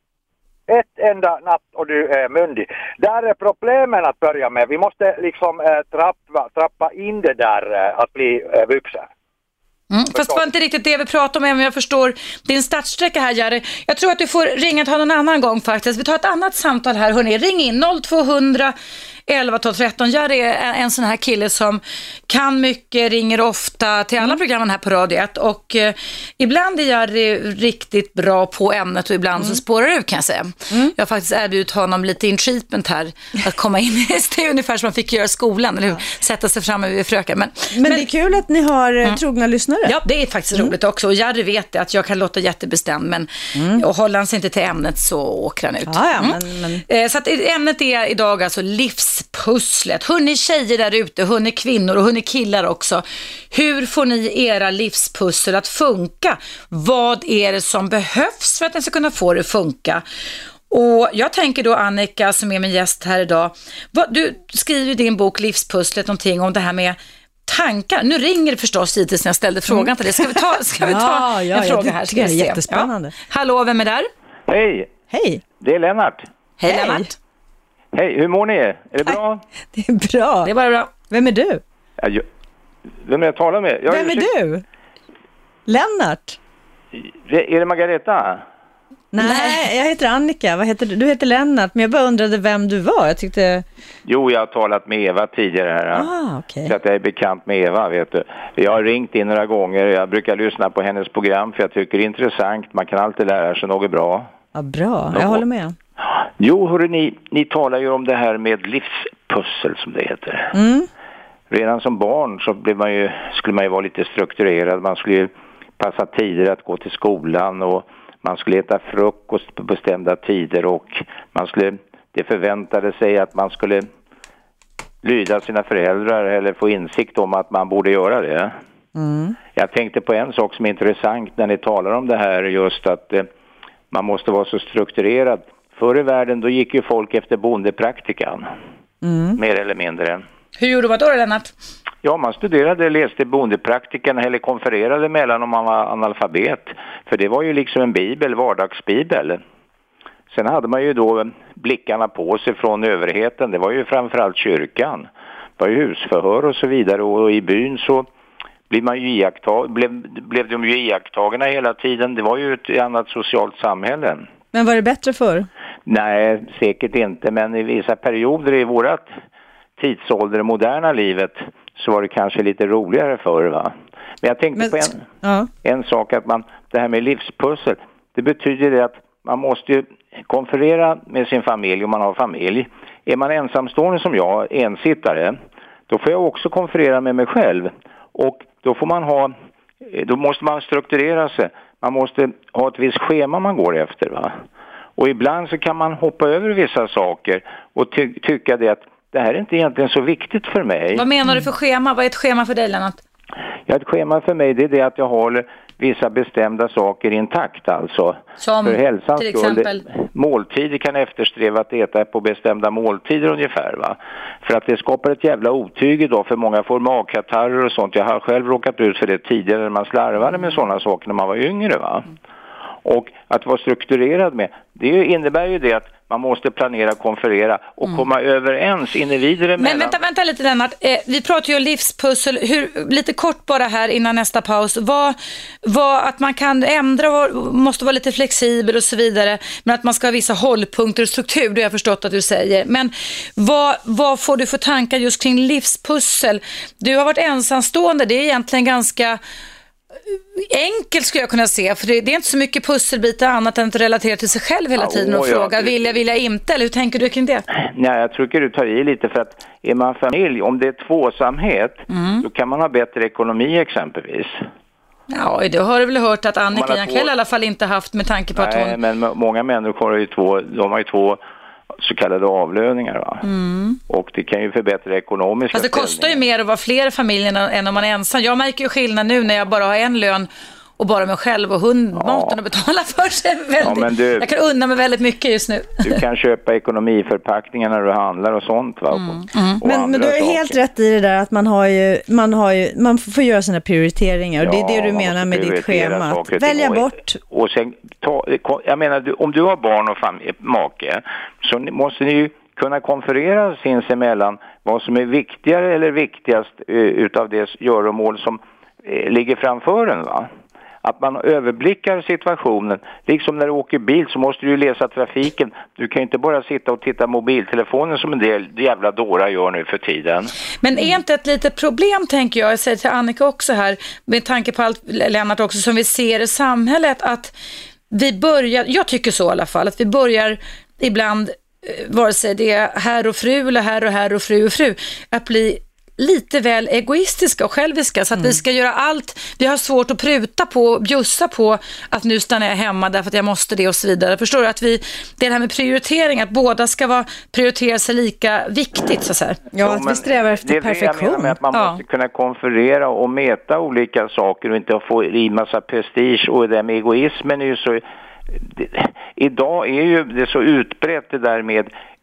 D: Ett enda natt och du är myndig. Där är problemen att börja med. Vi måste liksom äh, trappa, trappa in det där äh, att bli äh, vuxen.
A: Mm, fast det var inte riktigt det vi pratar om, om jag förstår din startsträcka här, Jari. Jag tror att du får ringa till någon annan gång faktiskt. Vi tar ett annat samtal här, hörni. Ring in noll två hundra elva tolv tretton. Jari är en, en sån här kille som kan mycket, ringer ofta till alla programmen här på radiet. Och eh, ibland är Jari riktigt bra på ämnet och ibland mm. så spårar det ut, kan jag säga. Mm. Jag har faktiskt erbjudit honom lite in treatment här. Att komma in i det är ungefär som man fick göra i skolan, eller hur? Sätta sig fram vid fröken. Men,
B: men, men det är kul att ni har mm. trogna lyssnare.
A: Ja, det är faktiskt mm. roligt också. Och Jari vet det, att jag kan låta jättebestämd, men mm. och håller han sig inte till ämnet så åker han ut.
B: Ja, ja,
A: mm.
B: men, men...
A: Eh, så att ämnet är idag alltså livspusslet. Hörrni tjejer där ute, hörni kvinnor och hörni killar också. Hur får ni era livspussel att funka? Vad är det som behövs för att ni ska kunna få det att funka? Och jag tänker då, Annika som är min gäst här idag, vad, du skriver i din bok Livspusslet någonting om det här med tankar. Nu ringer det förstås hittills när jag ställde frågan mm. till dig. Ska vi ta, ska vi ta
B: ja, ja,
A: en
B: ja,
A: fråga
B: det,
A: här?
B: Det är jättespännande.
A: Ja. Hallå, vem är där?
E: Hej.
B: Hej.
E: Det är Lennart.
A: Hej, Hej. Lennart.
E: Hej, hur mår ni? Är det bra?
B: Det är bra.
A: Det är bara bra.
B: Vem är du?
E: Ja, jag, vem är jag talar med? Jag
B: vem är, är du? Lennart.
E: Är det Margareta?
B: Nej, jag heter Annika. Vad heter du? Du heter Lennart, men jag bara undrade vem du var. Jag tyckte...
E: Jo, jag har talat med Eva tidigare här.
B: Ah, okay.
E: Så att jag är bekant med Eva, vet du. Jag har ringt in några gånger. Jag brukar lyssna på hennes program för jag tycker det är intressant. Man kan alltid lära sig något bra.
B: Ja, bra. Jag håller med.
E: Jo, hörru, ni, ni talar ju om det här med livspussel som det heter.
B: Mm.
E: Redan som barn så blev man ju, skulle man ju vara lite strukturerad. Man skulle ju passa tider att gå till skolan och man skulle äta frukost på bestämda tider och man skulle, det förväntade sig att man skulle lyda sina föräldrar eller få insikt om att man borde göra det.
B: Mm.
E: Jag tänkte på en sak som är intressant när ni talar om det här, just att eh, man måste vara så strukturerad. Förr i världen då gick ju folk efter bondepraktikan,
B: mm.
E: mer eller mindre.
A: Hur gjorde man då, Lennart?
E: Ja, man studerade, läste bondepraktikan eller konfererade mellan om man var analfabet. För det var ju liksom en bibel, vardagsbibel. Sen hade man ju då blickarna på sig från överheten. Det var ju framförallt kyrkan. Det var ju husförhör och så vidare. Och i byn så blev, man ju iakttag, blev, blev de ju iakttagna hela tiden. Det var ju ett annat socialt samhälle.
B: Men var det bättre förr?
E: Nej, säkert inte. Men i vissa perioder i vårat tidsålder, det moderna livet, så var det kanske lite roligare förr, va? Men jag tänkte Men, på en,
B: ja.
E: en sak, att man, det här med livspussel, det betyder det att man måste ju konferera med sin familj om man har familj. Är man ensamstående som jag, ensittare, då får jag också konferera med mig själv. Och då får man ha, då måste man strukturera sig. Man måste ha ett visst schema man går efter, va? Och ibland så kan man hoppa över vissa saker och ty- tycka det att det här är inte egentligen så viktigt för mig.
A: Vad menar du för schema? Vad är ett schema för dig, Lennart?
E: Ja, ett schema för mig, det är det att jag håller vissa bestämda saker intakt, alltså.
A: Som
E: för hälsans
A: till exempel?
E: Skull. Måltider kan eftersträva att äta på bestämda måltider ungefär, va? För att det skapar ett jävla otyg idag, för många får magkatarrer och sånt. Jag har själv råkat ut för det tidigare när man slarvade med sådana saker när man var yngre, va? Och att vara strukturerad med, det innebär ju det att man måste planera, konferera och mm. komma överens individer emellan.
A: Men vänta, vänta lite, Lennart. Eh, vi pratar ju om livspussel. Hur, lite kort bara här innan nästa paus. Vad, vad, att man kan ändra och måste vara lite flexibel och så vidare. Men att man ska ha vissa hållpunkter och struktur, det har jag förstått att du säger. Men vad, vad får du för tankar just kring livspussel? Du har varit ensamstående. Det är egentligen ganska enkelt skulle jag kunna se, för det, det är inte så mycket pusselbitar annat än att relatera till sig själv hela tiden och
E: ja,
A: fråga,
E: ja.
A: vill jag, vill jag inte, eller hur tänker du kring det?
E: Nej, jag tror du tar i lite, för att är man familj, om det är tvåsamhet, mm. då kan man ha bättre ekonomi exempelvis.
A: Ja, det har du väl hört att Annika Jankell
E: två...
A: i alla fall inte haft, med tanke på
E: Nej,
A: att hon...
E: men många människor har ju två, de har ju två så kallade avlöningar, va? Mm. Och det kan ju förbättra ekonomiska.
A: Alltså det kostar ju mer att vara fler i familjen än om man är ensam. Jag märker ju skillnad nu när jag bara har en lön och bara mig själv och hundmaten ja. att betala för sig. Väldigt. Ja, men du, jag kan unna mig väldigt mycket just nu.
E: Du kan köpa ekonomiförpackningar när du handlar och sånt, va?
B: Mm. Mm. Men, men du har helt rätt i det där att man har ju, man har ju, man får göra sina prioriteringar, och ja, det är det du menar med ditt schema. Att välja bort.
E: Och sen ta, jag menar, om du har barn och familj, make, så måste ni ju kunna konferera sinsemellan vad som är viktigare eller viktigast uh, utav det göromål som uh, ligger framför en, va? Att man överblickar situationen. Liksom när du åker bil så måste du ju läsa trafiken. Du kan ju inte bara sitta och titta mobiltelefonen som en del jävla dåra gör nu för tiden.
A: Men är inte ett litet problem, tänker jag, jag säger till Annika också här, med tanke på allt, Lennart också, som vi ser i samhället, att vi börjar, jag tycker så i alla fall, att vi börjar ibland, vare sig det är herr och fru eller herr och herr och fru och fru, att bli lite väl egoistiska och själviska, så att mm. vi ska göra allt. Vi har svårt att pruta på, bjussa på att nu stannar jag hemma därför att jag måste det och så vidare. Förstår du att vi, det är det här med prioritering, att båda ska vara, prioritera sig lika viktigt, så att säga.
B: Ja, att vi strävar efter
E: det
B: perfektion.
E: Det jag menar med att man
A: ja.
E: måste kunna konferera och mäta olika saker och inte få i massa prestige, och det där med egoismen är ju så... Det, idag är ju det så utbrett, det där med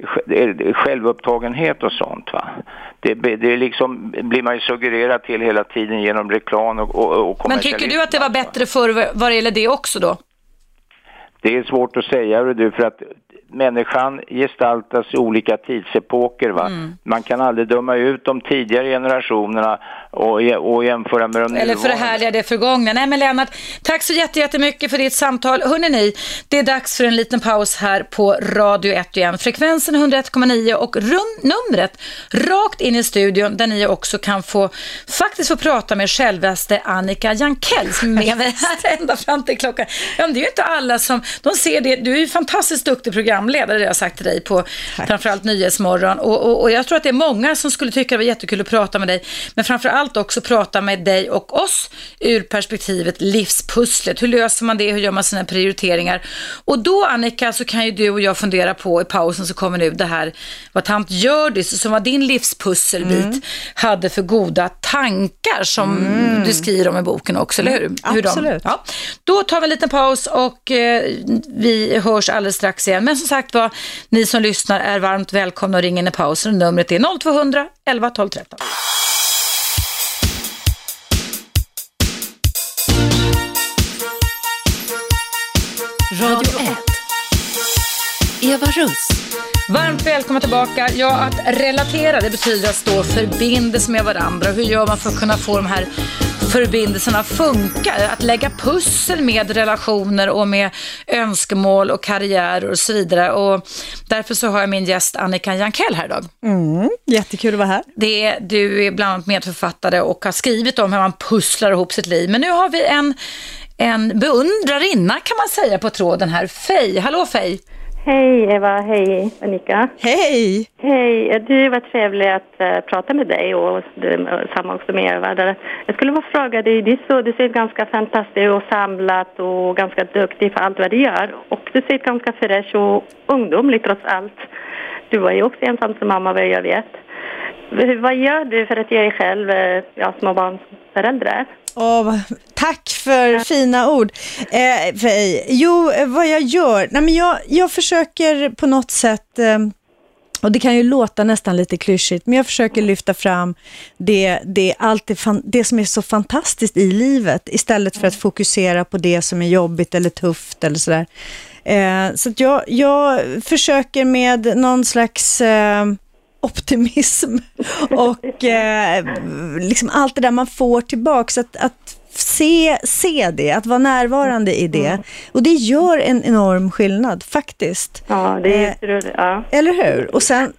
E: självupptagenhet och sånt, va. Det, det är liksom, blir man ju suggererad till hela tiden genom reklam och, och, och
A: Men tycker du att det var bättre förr vad det gäller det också då?
E: Det är svårt att säga, du, för att människan gestaltas i olika tidsepoker, va. Mm. Man kan aldrig döma ut de tidigare generationerna och, och jämföra med de nuvarande. Eller
A: förhärliga det förgångna. Nej, men Lennart, tack så jättemycket för ditt samtal. Hörrni ni, det är dags för en liten paus här på Radio ett igen. Frekvensen är hundraett komma nio och numret rakt in i studion, där ni också kan få faktiskt få prata med självaste Annika Jankell som är med mig här ända fram till klockan. Ja, det är ju inte alla som, de ser det. Du är ju fantastiskt duktig programledare, det har jag sagt till dig på Tack. framförallt Nyhetsmorgon. Och, och, och jag tror att det är många som skulle tycka det var jättekul att prata med dig, men framförallt också prata med dig och oss ur perspektivet livspusslet. Hur löser man det? Hur gör man sina prioriteringar? Och då, Annika, så kan ju du och jag fundera på i pausen så kommer nu det här vad tant Hjördis, som var din livspusselbit, mm. hade för goda tankar som mm. du skriver om i boken också, eller hur? hur
B: Absolut.
A: De, ja. Då tar vi en liten paus och eh, vi hörs alldeles strax igen. Men som sagt var, ni som lyssnar är varmt välkomna att ringa in i pausen. Numret är noll två hundra elva tolv tretton.
C: Radio ett. Eva Russ.
A: Varmt välkomna tillbaka. Ja, att relatera, det betyder att stå förbindelse med varandra. Hur gör man för att kunna få de här förbindelserna funka? Att lägga pussel med relationer och med önskemål och karriär och så vidare. Och därför så har jag min gäst Annika Jankell här idag.
B: Mm, jättekul att vara här.
A: Det är, du är bland annat medförfattare och har skrivit om hur man pusslar ihop sitt liv. Men nu har vi en, en beundrarinna, kan man säga, på tråden här. Fej, hallå Fej.
F: Hej Eva, hej Annika.
B: Hej.
F: Hej, det var trevligt att uh, prata med dig och det, samma också med Eva. Jag skulle bara fråga dig, det är så, du ser ganska fantastiskt och samlat och ganska duktig för allt vad du gör. Och du ser ganska fräsch och ungdomlig trots allt. Du var ju också ensam som mamma, vad jag vet. Vad gör du för att ge dig själv ja, småbarnsföräldrar?
B: Oh, tack för ja. fina ord. Eh, för, jo, vad jag gör? Nej, men jag, jag försöker på något sätt, eh, och det kan ju låta nästan lite klyschigt, men jag försöker lyfta fram det, det, allt det, fan, det som är så fantastiskt i livet, istället för att fokusera på det som är jobbigt eller tufft eller sådär. Eh, så att jag, jag försöker med någon slags... Eh, optimism och eh, liksom allt det där man får tillbaka, så att, att se, se det, att vara närvarande i det. Mm. Och det gör en enorm skillnad faktiskt.
F: Ja, det är eh,
B: ja. Eller hur? Och sen,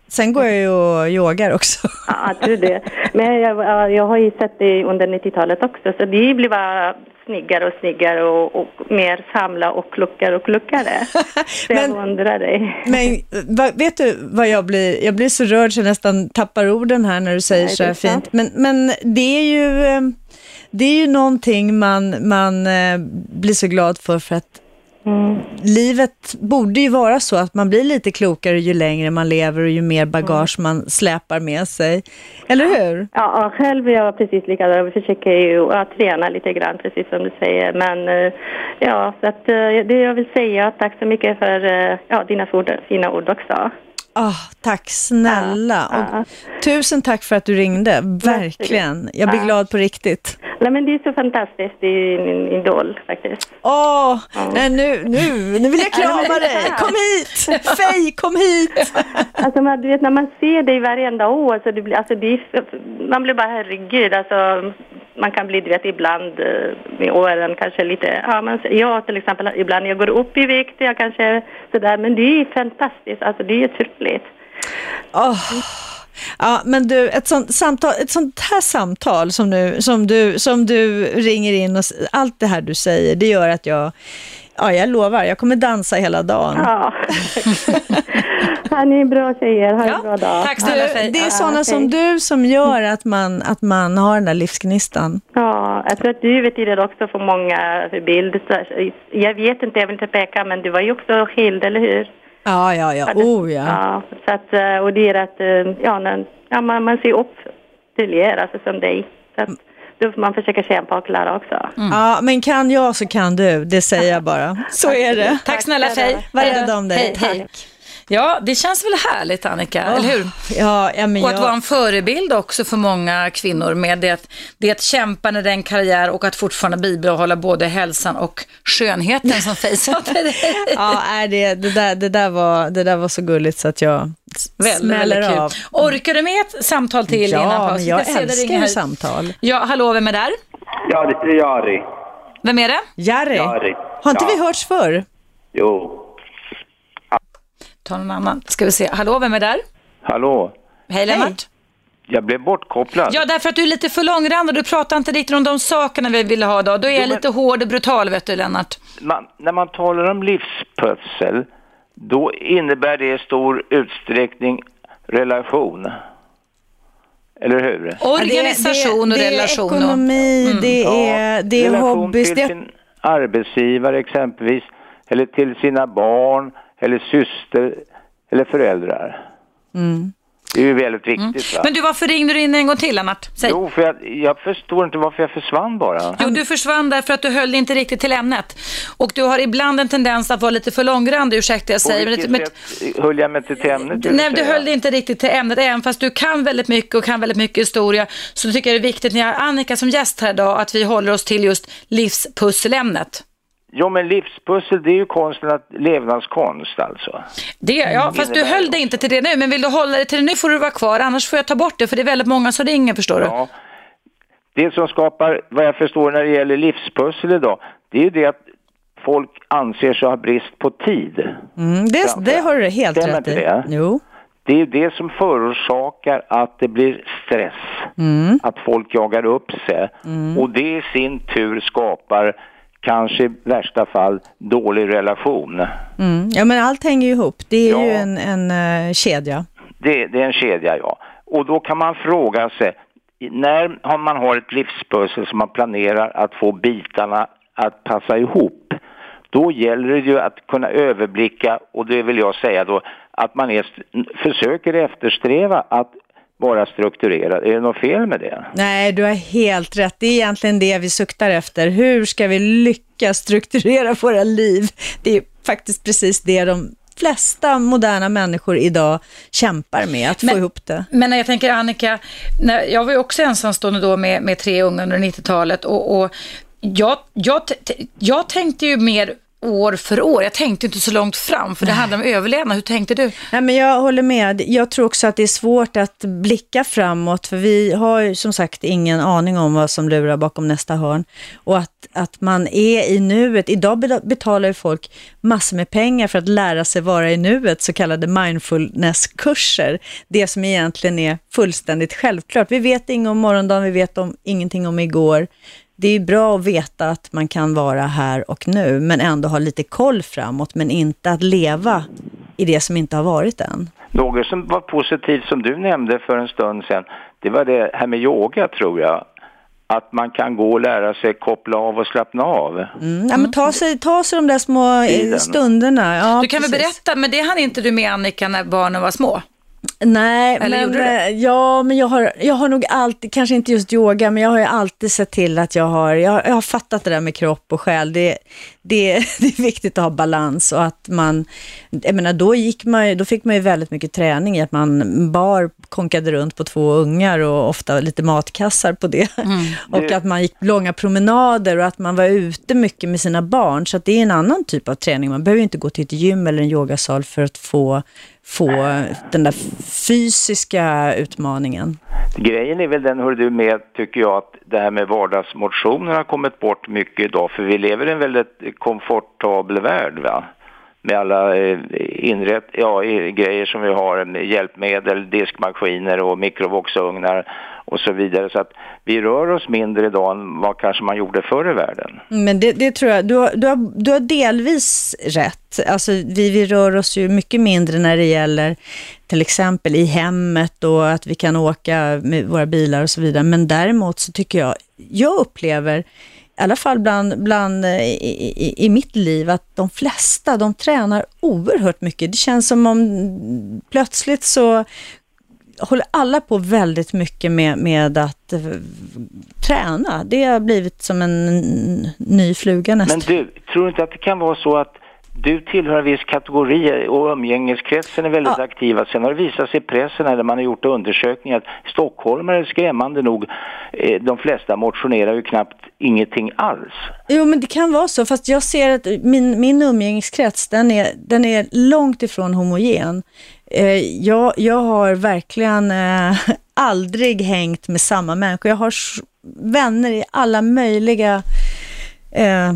B: sen går jag ju och yogar också.
F: Ja, jag tror det. Men jag, jag har ju sett det under nittiotalet också. Så det blir bara snyggare och snyggare och, och mer samla och kluckare och kluckare. Så men, jag undrar dig.
B: Men va, vet du vad jag blir? Jag blir så rörd så jag nästan tappar orden här när du säger Nej, så här fint. Men, men det är ju det är ju någonting man, man blir så glad för för att Mm. livet borde ju vara så att man blir lite klokare ju längre man lever och ju mer bagage mm. man släpar med sig. Eller hur?
F: Ja, själv är jag precis likadan. Vi försöker ju att träna lite grann, precis som du säger. Men ja, så att det jag vill säga, tack så mycket för ja, dina ord, fina ord också.
B: Oh, tack snälla. Ja, ja. Och tusen tack för att du ringde. Verkligen. Jag blir ja. glad på riktigt.
F: Nej, men det är så fantastiskt. Det är en idol faktiskt.
B: Åh, oh, ja. nej, nu, nu, nu vill jag krama dig. Kom hit. Fej, kom hit.
F: Alltså, man, du vet, när man ser dig varenda år så det blir, alltså, det är, man blir bara herregud. Alltså, man kan bli, du vet, ibland med åren kanske lite, ja, men jag till exempel, ibland jag går upp i vikt, jag kanske sådär, men det är fantastiskt. Alltså, det är otroligt.
B: Åh. Oh. Ja, men du, ett sånt samtal, ett sånt här samtal som nu som du som du ringer in och allt det här du säger, det gör att jag ja, jag lovar, jag kommer dansa hela dagen.
F: Ja. Ja, ni är bra tjejer, ha en
A: ja,
F: bra dag.
A: Tack snälla för.
B: Det är sådana ja, som du som gör att man att man har den där livsgnistan.
F: Ja, jag tror att du betyder också för många för bild. Jag vet inte, jag vill inte peka, men du var ju också skild, eller hur?
B: Ja, ja, ja. Oh, ja.
F: ja så att, och det är att ja, när, ja, man, man ser upp till er, alltså som dig. Så att då får man försöka kämpa och klara också.
B: Mm. Ja, men kan jag så kan du. Det säger jag bara. Så är det.
A: Tack, Tack snälla Fej.
B: Var rädd om dig.
A: Hej,
B: Tack.
A: Hej. Ja, det känns väl härligt, Annika, oh, eller hur?
B: Ja, ja, men
A: och att
B: jag...
A: vara en förebild också för många kvinnor med det, det att kämpa med den karriär och att fortfarande bibehålla både hälsan och skönheten som fejsar till dig.
B: Ja, är det, det, där, det, där var, det där var så gulligt så att jag väldigt, smäller väldigt kul. Av.
A: Orkar du med ett samtal till
B: ja,
A: innan paus?
B: Ja, jag älskar ju samtal.
A: Ja, hallå, vem är där?
G: Ja, det är Jari.
A: Vem är det?
B: Jari.
G: Jari.
B: Har inte
G: ja.
B: vi hörts förr?
G: Jo.
A: Ta någon annan. Ska vi se. Hallå, vem är där?
E: Hallå.
A: Hej, Lennart.
E: Jag blev bortkopplad.
A: Ja, därför att du är lite för långrandig. Du pratar inte riktigt om de sakerna vi vill ha då. Då är jo, jag men... lite hård och brutal, vet du, Lennart.
E: Man, när man talar om livspussel, då innebär det i stor utsträckning relation. Eller hur?
A: Organisation och
B: det, det,
A: relation.
B: Det är ekonomi, mm. det är, det är
E: relation
B: hobbys.
E: till
B: det...
E: sin arbetsgivare exempelvis, eller till sina barn, eller syster, eller föräldrar.
B: Mm.
E: Det är ju väldigt viktigt. Mm. Va?
A: Men du, varför ringde du in en gång till, Lennart? Säg.
E: Jo, för jag, jag förstår inte varför jag försvann bara.
A: Jo, du försvann därför att du höll inte riktigt till ämnet. Och du har ibland en tendens att vara lite för långrandig, ursäkta jag säger.
E: På vilket men, sätt höll jag mig till ämnet?
A: Nej, du höll inte riktigt till ämnet. Även fast du kan väldigt mycket och kan väldigt mycket historia, så tycker jag det är viktigt när jag har Annika som gäst här idag att vi håller oss till just livspusselämnet.
E: Ja, men livspussel, det är ju konsten att levnadskonst alltså.
A: Det, ja, fast du höll dig inte till det nu, men vill du hålla dig till det nu får du vara kvar, annars får jag ta bort det, för det är väldigt många så ringer, förstår du?
E: Ja, det som skapar, vad jag förstår när det gäller livspussel idag, det är ju det att folk anser sig ha brist på tid.
B: Mm, det, det har du helt
E: Stämmer
B: rätt i.
E: Det?
B: Jo.
E: Det är ju det som förorsakar att det blir stress,
B: mm.
E: att folk jagar upp sig, mm. och det i sin tur skapar kanske i värsta fall dålig relation.
B: Mm. Ja, men allt hänger ju ihop. Det är
E: ja.
B: ju en, en uh, kedja.
E: Det, det är en kedja, ja. Och då kan man fråga sig, när man har ett livspussel som man planerar att få bitarna att passa ihop, då gäller det ju att kunna överblicka, och det vill jag säga då, att man är, försöker eftersträva att vara strukturerad. Är det något fel med det?
B: Nej, du har helt rätt. Det är egentligen det vi suktar efter. Hur ska vi lyckas strukturera våra liv? Det är faktiskt precis det de flesta moderna människor idag kämpar med, att
A: men,
B: få ihop det.
A: Men när jag tänker, Annika, när, jag var ju också ensamstående då med, med tre unga under nittiotalet, och, och jag, jag, jag tänkte ju mer år för år. Jag tänkte inte så långt fram, för det handlar om överlevnad. Hur tänkte du?
B: Nej, men jag håller med. Jag tror också att det är svårt att blicka framåt, för vi har ju som sagt ingen aning om vad som lurar bakom nästa hörn. Och att, att man är i nuet. Idag betalar ju folk massor med pengar för att lära sig vara i nuet, så kallade mindfulness-kurser. Det som egentligen är fullständigt självklart. Vi vet inget om morgondagen, vi vet om, ingenting om igår. Det är bra att veta att man kan vara här och nu, men ändå ha lite koll framåt, men inte att leva i det som inte har varit än.
E: Något som var positivt som du nämnde för en stund sedan, det var det här med yoga, tror jag. Att man kan gå och lära sig koppla av och slappna av.
B: Mm, ja, men ta sig, ta sig de där små Tiden. stunderna. Ja,
A: du kan
B: precis.
A: väl berätta, men det hann inte du med, Annika, när barnen var små?
B: Nej,
A: Eller
B: men, ja, men jag har, jag har nog alltid, kanske inte just yoga, men jag har ju alltid sett till att jag har, jag, jag har fattat det där med kropp och själ. Det, det, det är viktigt att ha balans, och att man, jag menar, då, gick man, då fick man ju väldigt mycket träning i att man bar konkade runt på två ungar och ofta lite matkassar på det. Mm. Och att man gick långa promenader och att man var ute mycket med sina barn. Så att det är en annan typ av träning. Man behöver inte gå till ett gym eller en yogasal för att få få den där fysiska utmaningen.
E: Grejen är väl den, hör du med, tycker jag, att det här med vardagsmotionen har kommit bort mycket idag, för vi lever i en väldigt komfortabel värld, va? Med alla eh, inrätt, ja, grejer som vi har, hjälpmedel, diskmaskiner och mikrovågsugnar och så vidare. Så att vi rör oss mindre idag än vad kanske man gjorde förr i världen. Men
B: det, det tror jag, du har, du, har, du har delvis rätt. Alltså vi, vi rör oss ju mycket mindre när det gäller till exempel i hemmet och att vi kan åka med våra bilar och så vidare. Men däremot så tycker jag, jag upplever i alla fall bland, bland i, i, i mitt liv att de flesta, de tränar oerhört mycket. Det känns som om plötsligt så håller alla på väldigt mycket med, med att uh, träna. Det har blivit som en ny fluga nästan.
E: Men du, tror du inte att det kan vara så att du tillhör en viss kategori och umgängeskretsen är väldigt ja. aktiva. Sen har det visat sig i pressen när man har gjort undersökningar att stockholmare är skrämmande nog. Eh, de flesta motionerar ju knappt ingenting alls.
B: Jo, men det kan vara så. Fast jag ser att min, min umgängeskrets, den är, den är långt ifrån homogen. Eh, jag, jag har verkligen eh, aldrig hängt med samma människor. Jag har vänner i alla möjliga... Eh,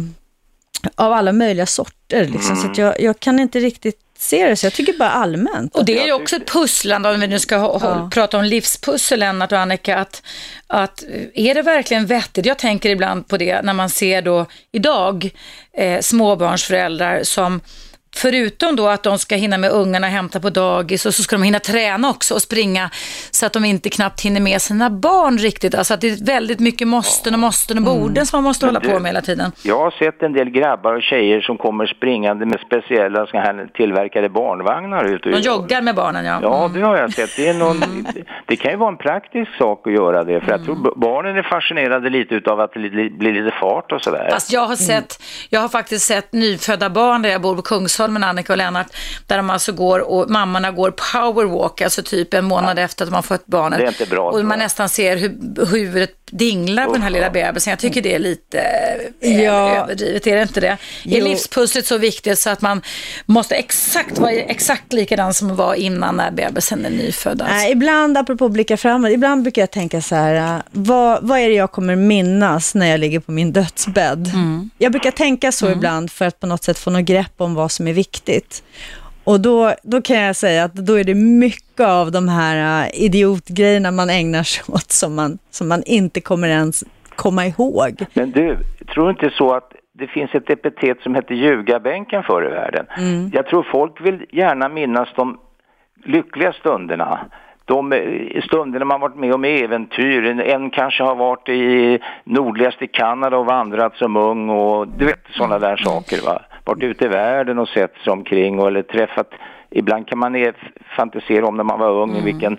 B: av alla möjliga sorter liksom. Mm. Så att jag, jag kan inte riktigt se det, så jag tycker bara allmänt.
A: Och det är ju också ett pusslande, om vi nu ska ha, ja. prata om livspussel, Lennart och Annika, att, att är det verkligen vettigt? Jag tänker ibland på det när man ser då idag eh, småbarnsföräldrar som förutom då att de ska hinna med ungarna hämta på dagis, och så ska de hinna träna också och springa så att de inte knappt hinner med sina barn riktigt. Alltså att det är väldigt mycket måsten och måsten och borden mm. som man måste Men hålla du, på med hela tiden.
E: Jag har sett en del grabbar och tjejer som kommer springande med speciella så här tillverkade barnvagnar ut.
A: De joggar med barnen, ja.
E: Ja, det har jag sett. Det, är någon, mm. det kan ju vara en praktisk sak att göra det. För mm. jag tror barnen är fascinerade lite utav att det blir lite fart och sådär.
A: Fast jag har sett, mm. jag har faktiskt sett nyfödda barn där jag bor på Kungsholmen, Annika och Lennart, där de alltså går och mammorna går powerwalk, alltså typ en månad ja. efter att de har fått barnet.
E: Det är inte bra.
A: Och man nästan ser hur huvudet dinglar på den här lilla bebisen. Jag tycker det är lite
B: ja.
A: överdrivet, är det inte det? Jo. Är livspusslet så viktigt så att man måste exakt vara exakt likadan som var innan när bebisen är nyfödd? Alltså.
B: Nej, ibland, apropå blicka framåt, ibland brukar jag tänka så här, vad, vad är det jag kommer minnas när jag ligger på min dödsbädd? Mm. Jag brukar tänka så mm. ibland för att på något sätt få något grepp om vad som är viktigt. Och då, då kan jag säga att då är det mycket av de här uh, idiotgrejerna man ägnar sig åt som man, som man inte kommer ens komma ihåg.
E: Men du, tror inte så att det finns ett epitet som heter ljugarbänken förr i världen? Mm. Jag tror folk vill gärna minnas de lyckliga stunderna. De stunderna man varit med om äventyr. En kanske har varit i nordligaste Kanada och vandrat som ung och du vet sådana där saker, va? Varit ute i världen och sett sig omkring och, eller träffat, ibland kan man fantisera om när man var ung mm. vilken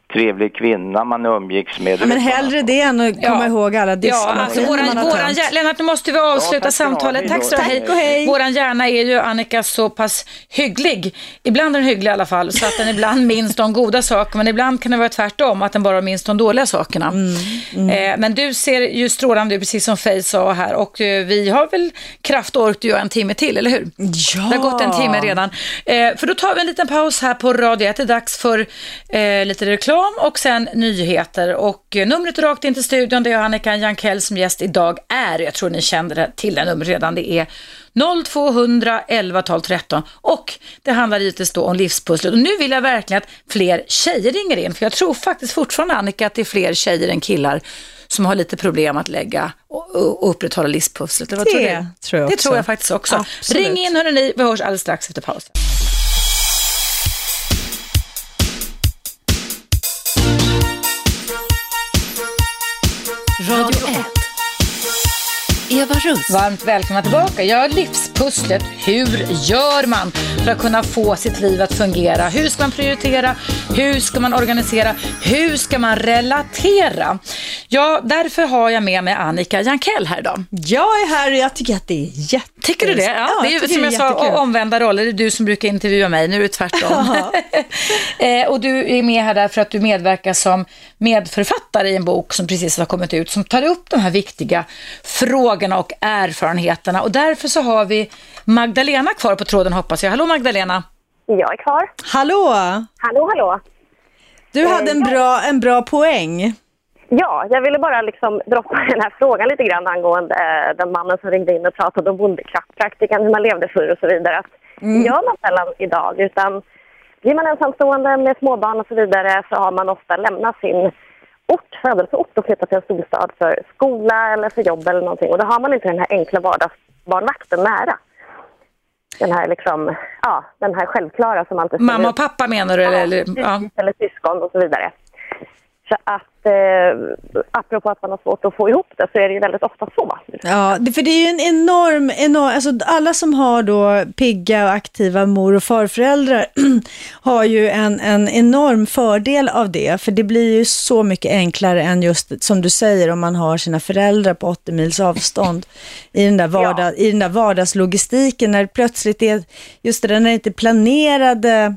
E: trevlig kvinna man umgicks med.
B: Ja, men hellre det än att komma
A: Ja.
B: ihåg alla diskar.
A: Ja, alltså våran, våran hjärna, Lennart, nu måste vi avsluta
E: Ja,
A: samtalet.
E: tack
A: Tack så
E: så
A: hej.
B: Tack och hej.
A: Våran hjärna är ju, Annika, så pass hygglig. Ibland är den hygglig i alla fall, så att den ibland minns de goda saker, men ibland kan det vara tvärtom, att den bara minns de dåliga sakerna. Mm, mm. Eh, men du ser ju strålande ut, precis som Faye sa här, och eh, vi har väl kraft och ork att göra en timme till, eller hur?
B: Ja.
A: Det har gått en timme redan. Eh, för då tar vi en liten paus här på Radio ett. Det är dags för eh, lite reklam och sen nyheter. Och eh, numret rakt in till studion, det är Annika Jankell som gäst idag är. Jag tror ni kände det till det numret redan. Det är noll två hundra elva tolv tretton. Och det handlar givetvis då om livspusslet. Och nu vill jag verkligen att fler tjejer ringer in. För jag tror faktiskt fortfarande, Annika, att det är fler tjejer än killar som har lite problem att lägga och, och upprätthålla livspusslet. Vad
B: det
A: tror du?
B: tror jag
A: Det
B: också.
A: tror jag faktiskt också.
B: Absolut.
A: Ring in, hörrni. Vi hörs alldeles strax efter pausen.
C: Radio ett. Eva Russ.
A: Varmt välkomna tillbaka. Ja, livspusslet. Hur gör man för att kunna få sitt liv att fungera? Hur ska man prioritera? Hur ska man organisera? Hur ska man relatera? Ja, därför har jag med mig Annika Jankell här idag.
B: Jag är här och jag tycker att det är jätte...
A: Tycker du det? Ja,
B: Ja,
A: det är ju
B: jag
A: som jag
B: tycker det är
A: sa,
B: jättekul.
A: omvända roller. Det är du som brukar intervjua mig. Nu är det tvärtom. eh, och du är med här därför att du medverkar som medförfattare i en bok som precis har kommit ut, som tar upp de här viktiga frågorna och erfarenheterna. Och därför så har vi Magdalena kvar på tråden, hoppas jag. Hallå Magdalena.
H: Jag är kvar.
B: Hallå!
H: Hallå, hallå.
B: Du hade en bra, en bra poäng.
H: Ja, jag ville bara liksom droppa den här frågan lite grann angående äh, den mannen som ringde in och pratade om bondekraftpraktiken, hur man levde förr och så vidare. Att
B: Mm.
H: gör man sällan idag, utan blir man ensamstående med småbarn och så vidare så har man ofta lämnat sin ort, födelseort och flyttat till en storstad för skola eller för jobb eller någonting. Och då har man inte den här enkla vardagsbarnvakten nära. Den här liksom, ja, den här självklara som alltid...
A: Mamma och pappa menar du? Eller, eller, ja.
H: eller syskon och så vidare. Så att, eh, apropå att man har svårt att få ihop det, så är det ju väldigt ofta så.
B: Ja, det, för det är ju en enorm, enorm alltså alla som har då pigga och aktiva mor- och farföräldrar har ju en, en enorm fördel av det, för det blir ju så mycket enklare än just, som du säger, om man har sina föräldrar på åttio mils avstånd i den där, vardag, ja. i den där vardagslogistiken, när det plötsligt är just det där, när det inte är planerade,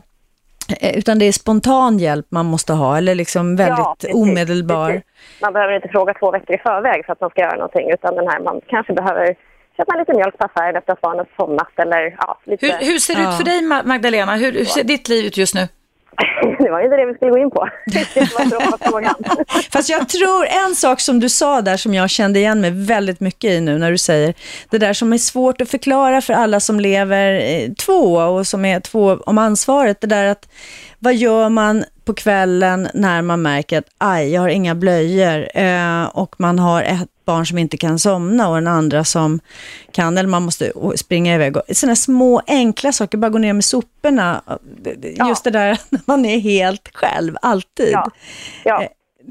B: utan det är spontan hjälp man måste ha, eller liksom väldigt ja, precis, omedelbar.
H: Precis. Man behöver inte fråga två veckor i förväg för att man ska göra någonting, utan den här, man kanske behöver köpa lite mjölk på affären efter att barnet somnat. Eller, ja, lite...
A: hur, hur ser det
B: ja.
A: ut för dig, Magdalena? Hur, hur ser ditt liv ut just nu?
H: Det var ju inte det vi skulle gå in på. Det var en bra fråga.
B: Fast jag tror en sak som du sa där som jag kände igen mig väldigt mycket i nu när du säger det där som är svårt att förklara för alla som lever eh, två och som är två om ansvaret. Det där att vad gör man på kvällen när man märker att aj, jag har inga blöjor eh, och man har ett barn som inte kan somna och en andra som kan, eller man måste springa iväg. Sådana små enkla saker, bara gå ner med soporna. Just ja. det där när man är helt själv, alltid.
H: Ja. ja.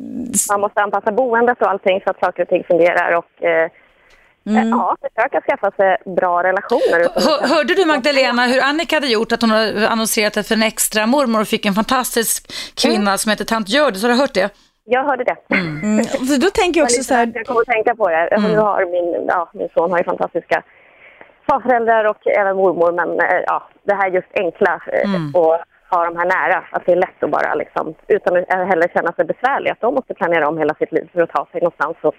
H: Man måste anpassa boendet och allting så att saker och ting fungerar och eh, mm. ja, försöka skaffa sig bra relationer.
A: Hör, hörde du Magdalena hur Annika hade gjort, att hon har annonserat det för en extra mormor och fick en fantastisk kvinna mm. som heter Tant Gördis? Har du hört det?
H: Jag hörde det.
A: Mm.
B: Mm. För då tänker jag också så här...
H: Jag kommer att tänka på det. Mm. Jag har min, ja, min son har ju fantastiska farföräldrar och även mormor. Men ja, det här just enkla mm. och ha de här nära. Att det är lätt att bara liksom, utan att heller känna sig besvärlig. Att de måste planera om hela sitt liv för att ta sig någonstans och,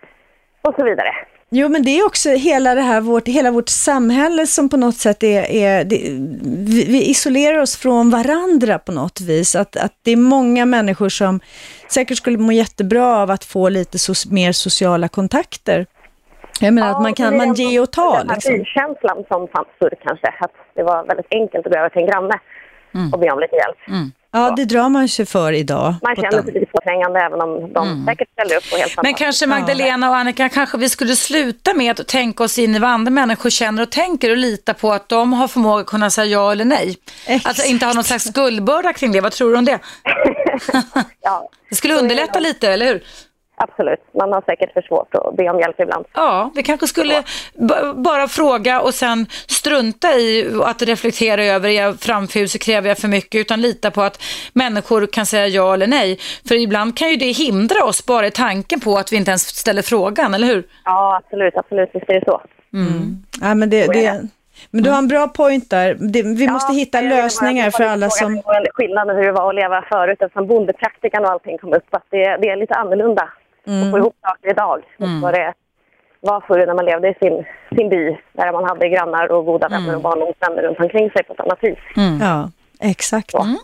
H: och så vidare.
B: Jo, men det är också hela det här, vårt, hela vårt samhälle som på något sätt är, är det, vi, vi isolerar oss från varandra på något vis. Att, att det är många människor som säkert skulle må jättebra av att få lite so, mer sociala kontakter. Jag menar ja, att man kan man ge och ta.
H: Den här liksom. Känslan som fanns förr kanske, att det var väldigt enkelt att gå över till en granne mm. och be om lite hjälp.
A: Mm.
B: Ja, det drar man sig för idag.
H: Man känner sig lite påträngande även om de mm. säkert ställer upp på helt.
A: Men kanske Magdalena och Annika, kanske vi skulle sluta med att tänka oss in i vad andra människor känner och tänker och lita på att de har förmåga att kunna säga ja eller nej. Exakt. Alltså inte ha någon slags skuldbörda kring det. Vad tror du om det?
H: Ja.
A: Det skulle underlätta lite, eller hur?
H: absolut. Man har säkert för svårt att be om hjälp ibland.
A: Ja, vi kanske skulle b- bara fråga och sen strunta i att reflektera över, är jag framfusig, kräver jag för mycket, utan lita på att människor kan säga ja eller nej. För ibland kan ju det hindra oss bara i tanken på att vi inte ens ställer frågan, eller hur?
H: Ja, absolut, absolut. Visst är det så.
B: Mm. Ja, men det... det... Men du har en bra point där. Det, vi ja, måste hitta lösningar för alla som...
H: Det var skillnaden hur det var att leva förut, eftersom bondepraktikan och allting kom upp. Att det, det är lite annorlunda mm. att få ihop saker idag. Mm. Vad det var förr när man levde i sin, sin by, där man hade grannar och goda vänner mm. och barndomsvänner runt omkring sig på ett annat vis.
B: Mm. Ja, exakt. Mm.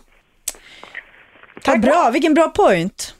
B: Tack. Bra, vilken bra point.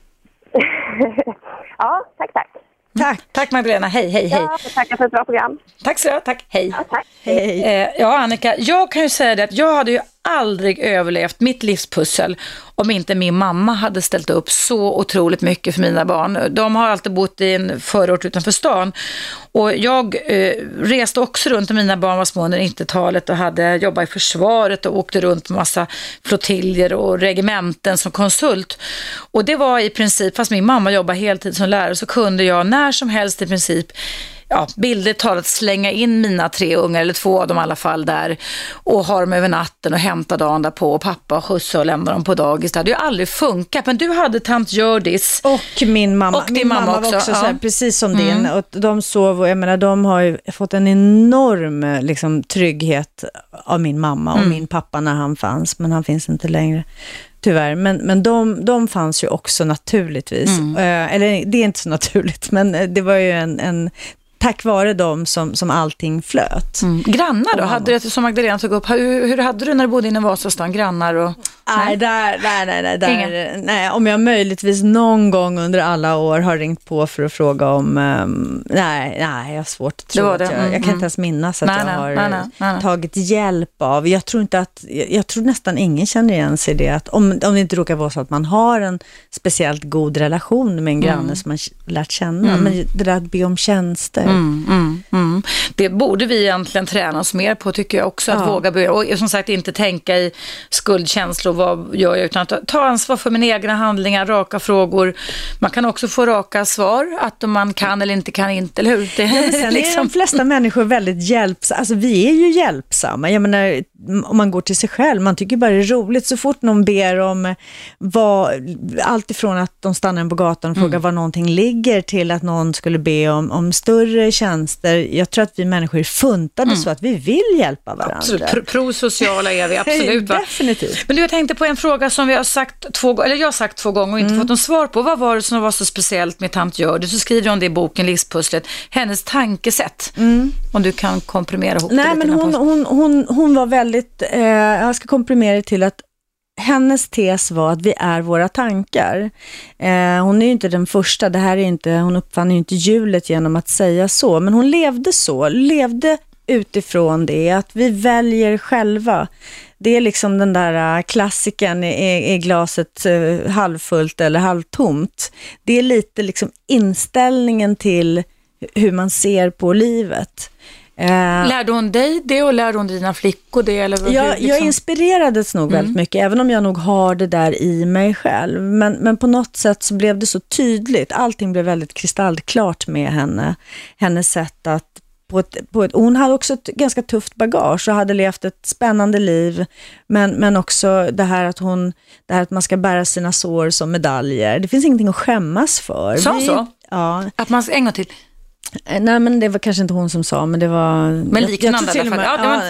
H: Ja, tack, tack.
A: Tack. Tack Magdalena, hej, hej, hej.
H: Ja, tack för ett bra program.
A: Tack så mycket, tack, hej.
H: Ja, tack.
B: Hej.
A: Eh, ja, Annika, jag kan ju säga det att jag hade ju aldrig överlevt mitt livspussel om inte min mamma hade ställt upp så otroligt mycket för mina barn. De har alltid bott i en förort utanför stan och jag eh, reste också runt när mina barn var små under nittiotalet och hade jobbat i försvaret och åkte runt med massa flottiljer och regementen som konsult. Och det var i princip, fast min mamma jobbade heltid som lärare, så kunde jag när som helst i princip, ja, bildigt talat slänga in mina tre ungar, eller två av dem i alla fall där, och ha dem över natten och hämta dagen därpå och pappa och skjutsa och lämna dem på dagis. Det hade ju aldrig funkat, men du hade tant Gördis.
B: Och min mamma.
A: Och din
B: min
A: mamma,
B: mamma
A: också,
B: var också
A: ja.
B: så här, precis som din.
A: Mm.
B: Och de sov, och jag menar, de har ju fått en enorm liksom, trygghet av min mamma och mm. min pappa när han fanns, men han finns inte längre. Tyvärr, men, men de, de fanns ju också naturligtvis. Mm. Eh, eller det är inte så naturligt, men det var ju en, en tack vare dem som, som allting flöt.
A: Mm. Grannar då? Hade du, som Magdalena tog upp, hur, hur hade du när du bodde inne i Vasastan? Grannar och...
B: Nej, där, nej, nej, nej, där, nej, om jag möjligtvis någon gång under alla år har ringt på för att fråga om, um, nej, nej, jag har svårt att tro det det. Att jag, mm, jag kan inte ens minnas att nej, jag har nej, nej, nej. tagit hjälp av. Jag tror inte att, jag tror nästan ingen känner igen sig det, att om, om det inte råkar vara så att man har en speciellt god relation med en granne mm. som man lärt känna, mm. men det där att be om tjänster.
A: Mm, mm, mm. Det borde vi egentligen träna oss mer på, tycker jag också, att ja. våga börja, och som sagt inte tänka i skuldkänslor, vad gör jag, utan att ta ansvar för mina egna handlingar, raka frågor. Man kan också få raka svar, att man kan eller inte kan inte, eller hur? Det
B: är, sen liksom... är de flesta människor väldigt hjälpsamma. Alltså vi är ju hjälpsamma. Jag menar, om man går till sig själv, man tycker bara det är roligt. Så fort någon ber om vad, allt ifrån att de stannar på gatan och frågar mm. var någonting ligger, till att någon skulle be om, om större tjänster. Jag tror att vi människor är funtade mm. så att vi vill hjälpa varandra.
A: Absolut, Pro- prosociala är vi, absolut. Va?
B: Definitivt.
A: Men du, jag tänkte på en fråga som vi har sagt två, eller jag har sagt två gånger och inte mm. fått någon svar på. Vad var det som var så speciellt med tant Gördis? Så skriver hon det i boken Livspusslet. Hennes tankesätt. Mm. Om du kan komprimera ihop
B: Nej,
A: det lite.
B: Nej, men hon, hon, hon, hon var väldigt, eh, jag ska komprimera till att hennes tes var att vi är våra tankar. Eh, hon är ju inte den första, det här är inte, hon uppfann ju inte hjulet genom att säga så, men hon levde så, levde utifrån det, att vi väljer själva. Det är liksom den där klassiken, är, är glaset uh, halvfullt eller halvtomt. Det är lite liksom inställningen till hur man ser på livet. Uh,
A: lärde hon dig det och lärde hon dina flickor det? Eller hur,
B: jag,
A: liksom?
B: jag inspirerades nog mm. väldigt mycket, även om jag nog har det där i mig själv. Men, men på något sätt så blev det så tydligt. Allting blev väldigt kristallklart med henne. Hennes sätt att På ett, på ett, hon hade också ett ganska tufft bagage och hade levt ett spännande liv, men, men också det här att hon, det här att man ska bära sina sår som medaljer. Det finns ingenting att skämmas för.
A: Så
B: Vi,
A: så?
B: Ja.
A: Att man en gång till.
B: Nej, men det var kanske inte hon som sa, men det var...
A: Men liknande i alla fall. Ja,
B: ja,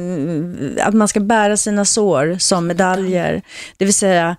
B: mm. Att man ska bära sina sår som medaljer. Det vill säga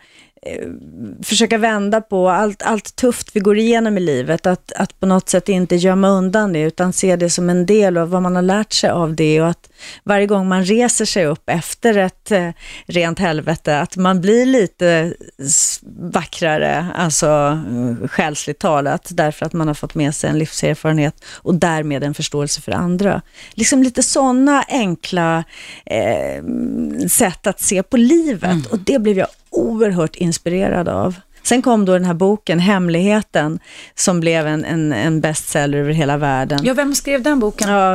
B: försöka vända på allt, allt tufft vi går igenom i livet, att, att på något sätt inte gömma undan det, utan se det som en del av vad man har lärt sig av det, och att varje gång man reser sig upp efter ett eh, rent helvete, att man blir lite vackrare, alltså själsligt talat, därför att man har fått med sig en livserfarenhet och därmed en förståelse för andra. Liksom lite sådana enkla eh, sätt att se på livet, mm. och det blev jag oerhört inspirerad av. Sen kom då den här boken, Hemligheten, som blev en, en, en bestseller över hela världen.
A: Ja, vem skrev den boken?
B: Ja,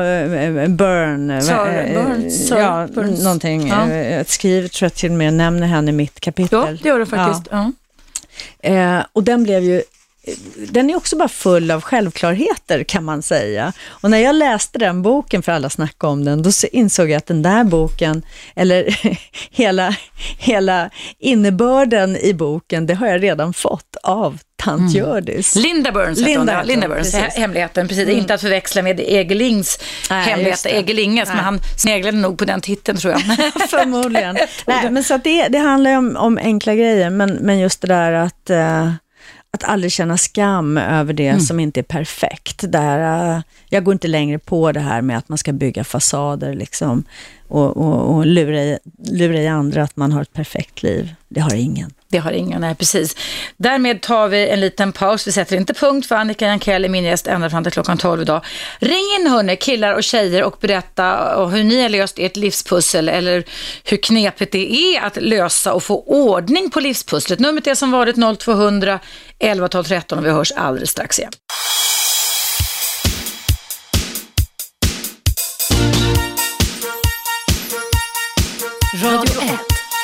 B: Burn.
A: Sorry, Burn. Sorry,
B: ja,
A: Burns.
B: någonting.
A: Ja.
B: Jag skriver, tror jag till och med nämner henne i mitt kapitel.
A: Ja, det gör det faktiskt. Ja.
B: Ja. Eh, och den blev ju den är också bara full av självklarheter kan man säga. Och när jag läste den boken, för alla snackade om den, då insåg jag att den där boken, eller hela, hela innebörden i boken, det har jag redan fått av tant mm. Hjördis.
A: Linda Burns,
B: Linda,
A: hon, Linda Burns, precis. Hemligheten, precis. Mm. Inte att förväxla med Egelings hemlighet, Egelinges, men han sneglade nog på den titeln tror jag.
B: Förmodligen. Nej, men så att det, det handlar ju om, om enkla grejer, men, men just det där att... Uh, Att aldrig känna skam över det mm. som inte är perfekt. Där, uh, jag går inte längre på det här med att man ska bygga fasader liksom, och, och, och lura, i, lura i andra att man har ett perfekt liv. Det har ingen.
A: Det har ingen, nej precis. Därmed tar vi en liten paus. Vi sätter inte punkt för Annika Jankell är min gäst ända fram till klockan tolv idag. Ring in hörni, killar och tjejer, och berätta hur ni har löst ert livspussel eller hur knepigt det är att lösa och få ordning på livspusslet. Numret är som varit noll två hundra elva tolv tretton och vi hörs alldeles strax igen.
C: Radio ett.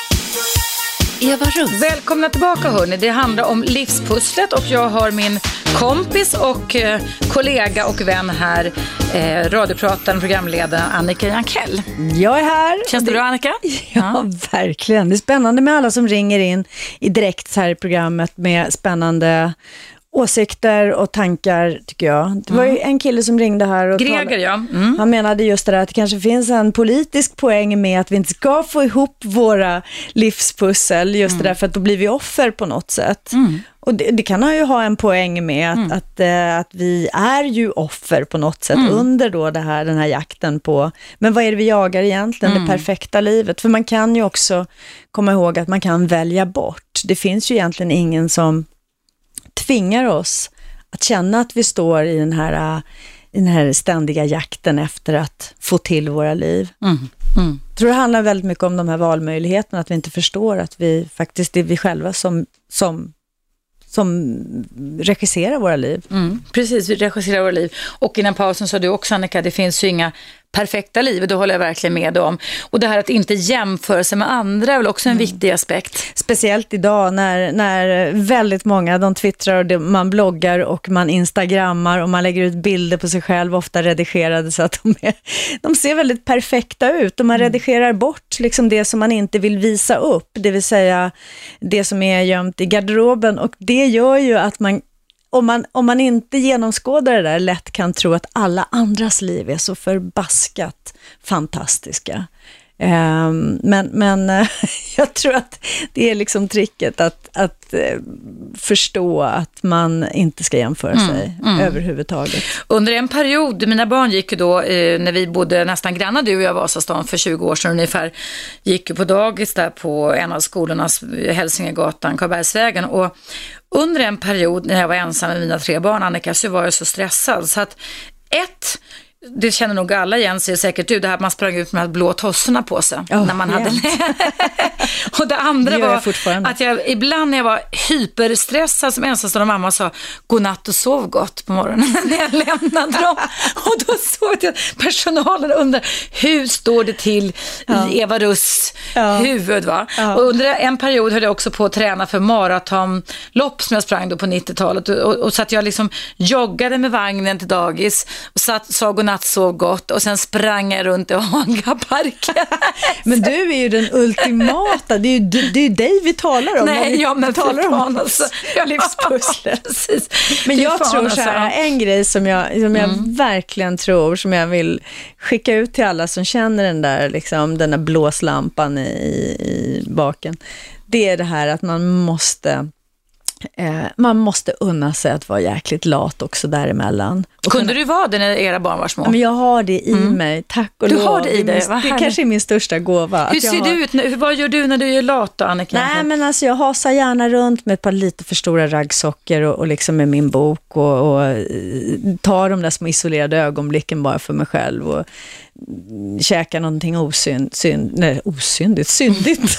C: Eva Russ.
A: Välkomna tillbaka hörni. Det handlar om livspusslet och jag har min kompis och eh, kollega och vän här, eh, radioprataren, programledaren Annika Jankell.
B: Jag är här.
A: Känns det bra Annika?
B: Ja, ja, verkligen. Det är spännande med alla som ringer in i direkt här i programmet med spännande åsikter och tankar, tycker jag. Det var ju en kille som ringde här och
A: Greger,
B: talade.
A: ja. Mm.
B: Han menade just det där att det kanske finns en politisk poäng med att vi inte ska få ihop våra livspussel, just mm. det där, för att då blir vi offer på något sätt. Mm. Och det, det kan han ju ha en poäng med att, mm. att, att, att vi är ju offer på något sätt mm. under då det här, den här jakten på, men vad är det vi jagar egentligen? Mm. Det perfekta livet. För man kan ju också komma ihåg att man kan välja bort. Det finns ju egentligen ingen som tvingar oss att känna att vi står i den här, i den här ständiga jakten efter att få till våra liv. Mm. Mm. Jag tror det handlar väldigt mycket om de här valmöjligheterna, att vi inte förstår att vi faktiskt, det är vi själva som, som, som regisserar våra liv.
A: Mm. Precis, vi regisserar våra liv. Och innan pausen sa du också Annika, det finns ju inga perfekta liv, och det håller jag verkligen med om. Och det här att inte jämföra sig med andra är väl också en mm. viktig aspekt.
B: Speciellt idag när, när väldigt många, de twittrar och det, man bloggar och man instagrammar och man lägger ut bilder på sig själv, ofta redigerade så att de, är, de ser väldigt perfekta ut, och man mm. redigerar bort liksom det som man inte vill visa upp, det vill säga det som är gömt i garderoben, och det gör ju att man Om man, om man inte genomskådar det där lätt kan tro att alla andras liv är så förbaskat fantastiska. Um, men men uh, jag tror att det är liksom tricket att, att uh, förstå att man inte ska jämföra mm, sig mm. överhuvudtaget.
A: Under en period, mina barn gick ju då, eh, när vi bodde nästan grannar, du och jag, Vasastan för tjugo år sedan ungefär, gick ju på dagis där på en av skolornas, Hälsingegatan, Karlbergsvägen, och under en period när jag var ensam med mina tre barn, Annika, så var jag så stressad så att ett, det känner nog alla igen, ser säkert du, det här att man sprang ut med de här blå tossorna på sig oh, när man yeah. hade och det andra det var jag att jag ibland när jag var hyperstressad som ensamstående mamma sa godnatt och sov gott på morgonen när jag lämnade dem, och då såg jag att personalen undrar hur står det till ja. i Eva Russ ja. huvud va? Ja. Och under en period höll jag också på att träna för maratonlopp som jag sprang då på nittiotalet, och, och, och så att jag liksom joggade med vagnen till dagis och satt, sa godnatt, så gott, och sen sprang jag runt i Hagaparken.
B: Men du är ju den ultimata, det är ju, det är ju dig vi talar om.
A: Nej, ja, men
B: talar om
A: alltså.
B: livspusslet. Precis. Men jag tror
A: alltså.
B: så här, en grej som jag, som jag mm. verkligen tror, som jag vill skicka ut till alla som känner den där, liksom, den där blåslampan i, i baken, det är det här att man måste Eh, man måste unna sig att vara jäkligt lat också däremellan. Och
A: kunde
B: kunna...
A: du vara det när era barn var små?
B: Men jag har det i mm. mig, tack och
A: du
B: lov.
A: Du har det i dig,
B: Det, det kanske är min största gåva.
A: Hur ser
B: har...
A: du ut? Hur, vad gör du när du är lat då, Annika?
B: Nej, men alltså jag hasar gärna runt med ett par lite för stora raggsockor och, och liksom med min bok och, och tar de där små isolerade ögonblicken bara för mig själv och käka någonting osynd, synd, nej, osyndigt, syndigt.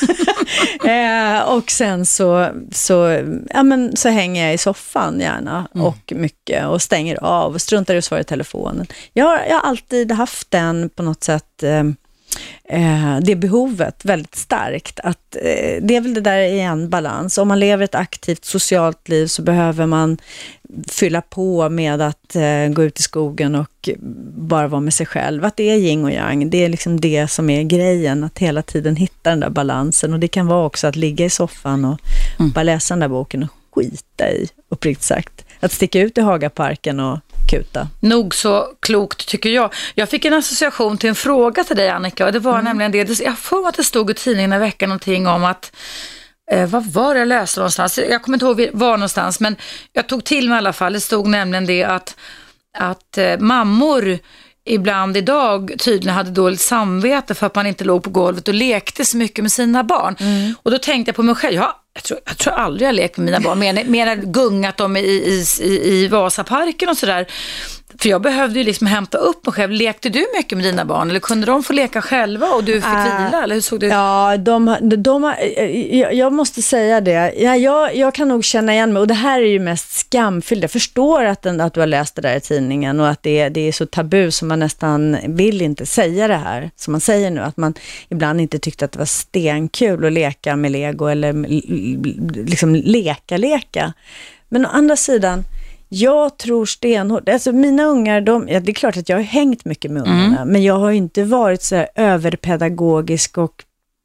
B: eh, och sen så, så, ja, men, så hänger jag i soffan gärna mm. och mycket och stänger av och struntar i att svara i telefonen. Jag har, jag har alltid haft den på något sätt, eh, eh, det behovet väldigt starkt. Att, eh, det är väl det där i en balans. Om man lever ett aktivt socialt liv så behöver man fylla på med att eh, gå ut i skogen och bara vara med sig själv. Att det är yin och yang. Det är liksom det som är grejen. Att hela tiden hitta den där balansen. Och det kan vara också att ligga i soffan och mm. bara läsa den där boken och skita i, uppriktigt sagt. Att sticka ut i Hagaparken och kuta.
A: Nog så klokt tycker jag. Jag fick en association till en fråga till dig, Annika, och det var mm. nämligen det. Jag får att det stod i tidningen i veckan någonting om att eh, vad var det jag läste någonstans? Jag kommer inte ihåg var någonstans, men jag tog till mig i alla fall. Det stod nämligen det att, att eh, mammor ibland idag tydligen hade dåligt samvete för att man inte låg på golvet och lekte så mycket med sina barn. Mm. Och då tänkte jag på mig själv, ja, jag, tror, jag tror aldrig jag lekt med mina barn, mer, mer än gungat dem i, i, i, i Vasaparken och sådär. För jag behövde ju liksom hämta upp mig själv. Lekte du mycket med dina barn? Eller kunde de få leka själva och du fick uh, vila? Eller hur såg det ut?
B: Ja, de, de, de, jag, jag måste säga det. Ja, jag, jag kan nog känna igen mig. Och det här är ju mest skamfyllt. Jag förstår att, den, att du har läst det där i tidningen. Och att det, det är så tabu som man nästan vill inte säga det här. Som man säger nu. Att man ibland inte tyckte att det var stenkul att leka med Lego. Eller liksom leka-leka. Men å andra sidan... Jag tror stenhårt, alltså mina ungar, de, ja, det är klart att jag har hängt mycket med ungarna, mm. men jag har inte varit så här överpedagogisk och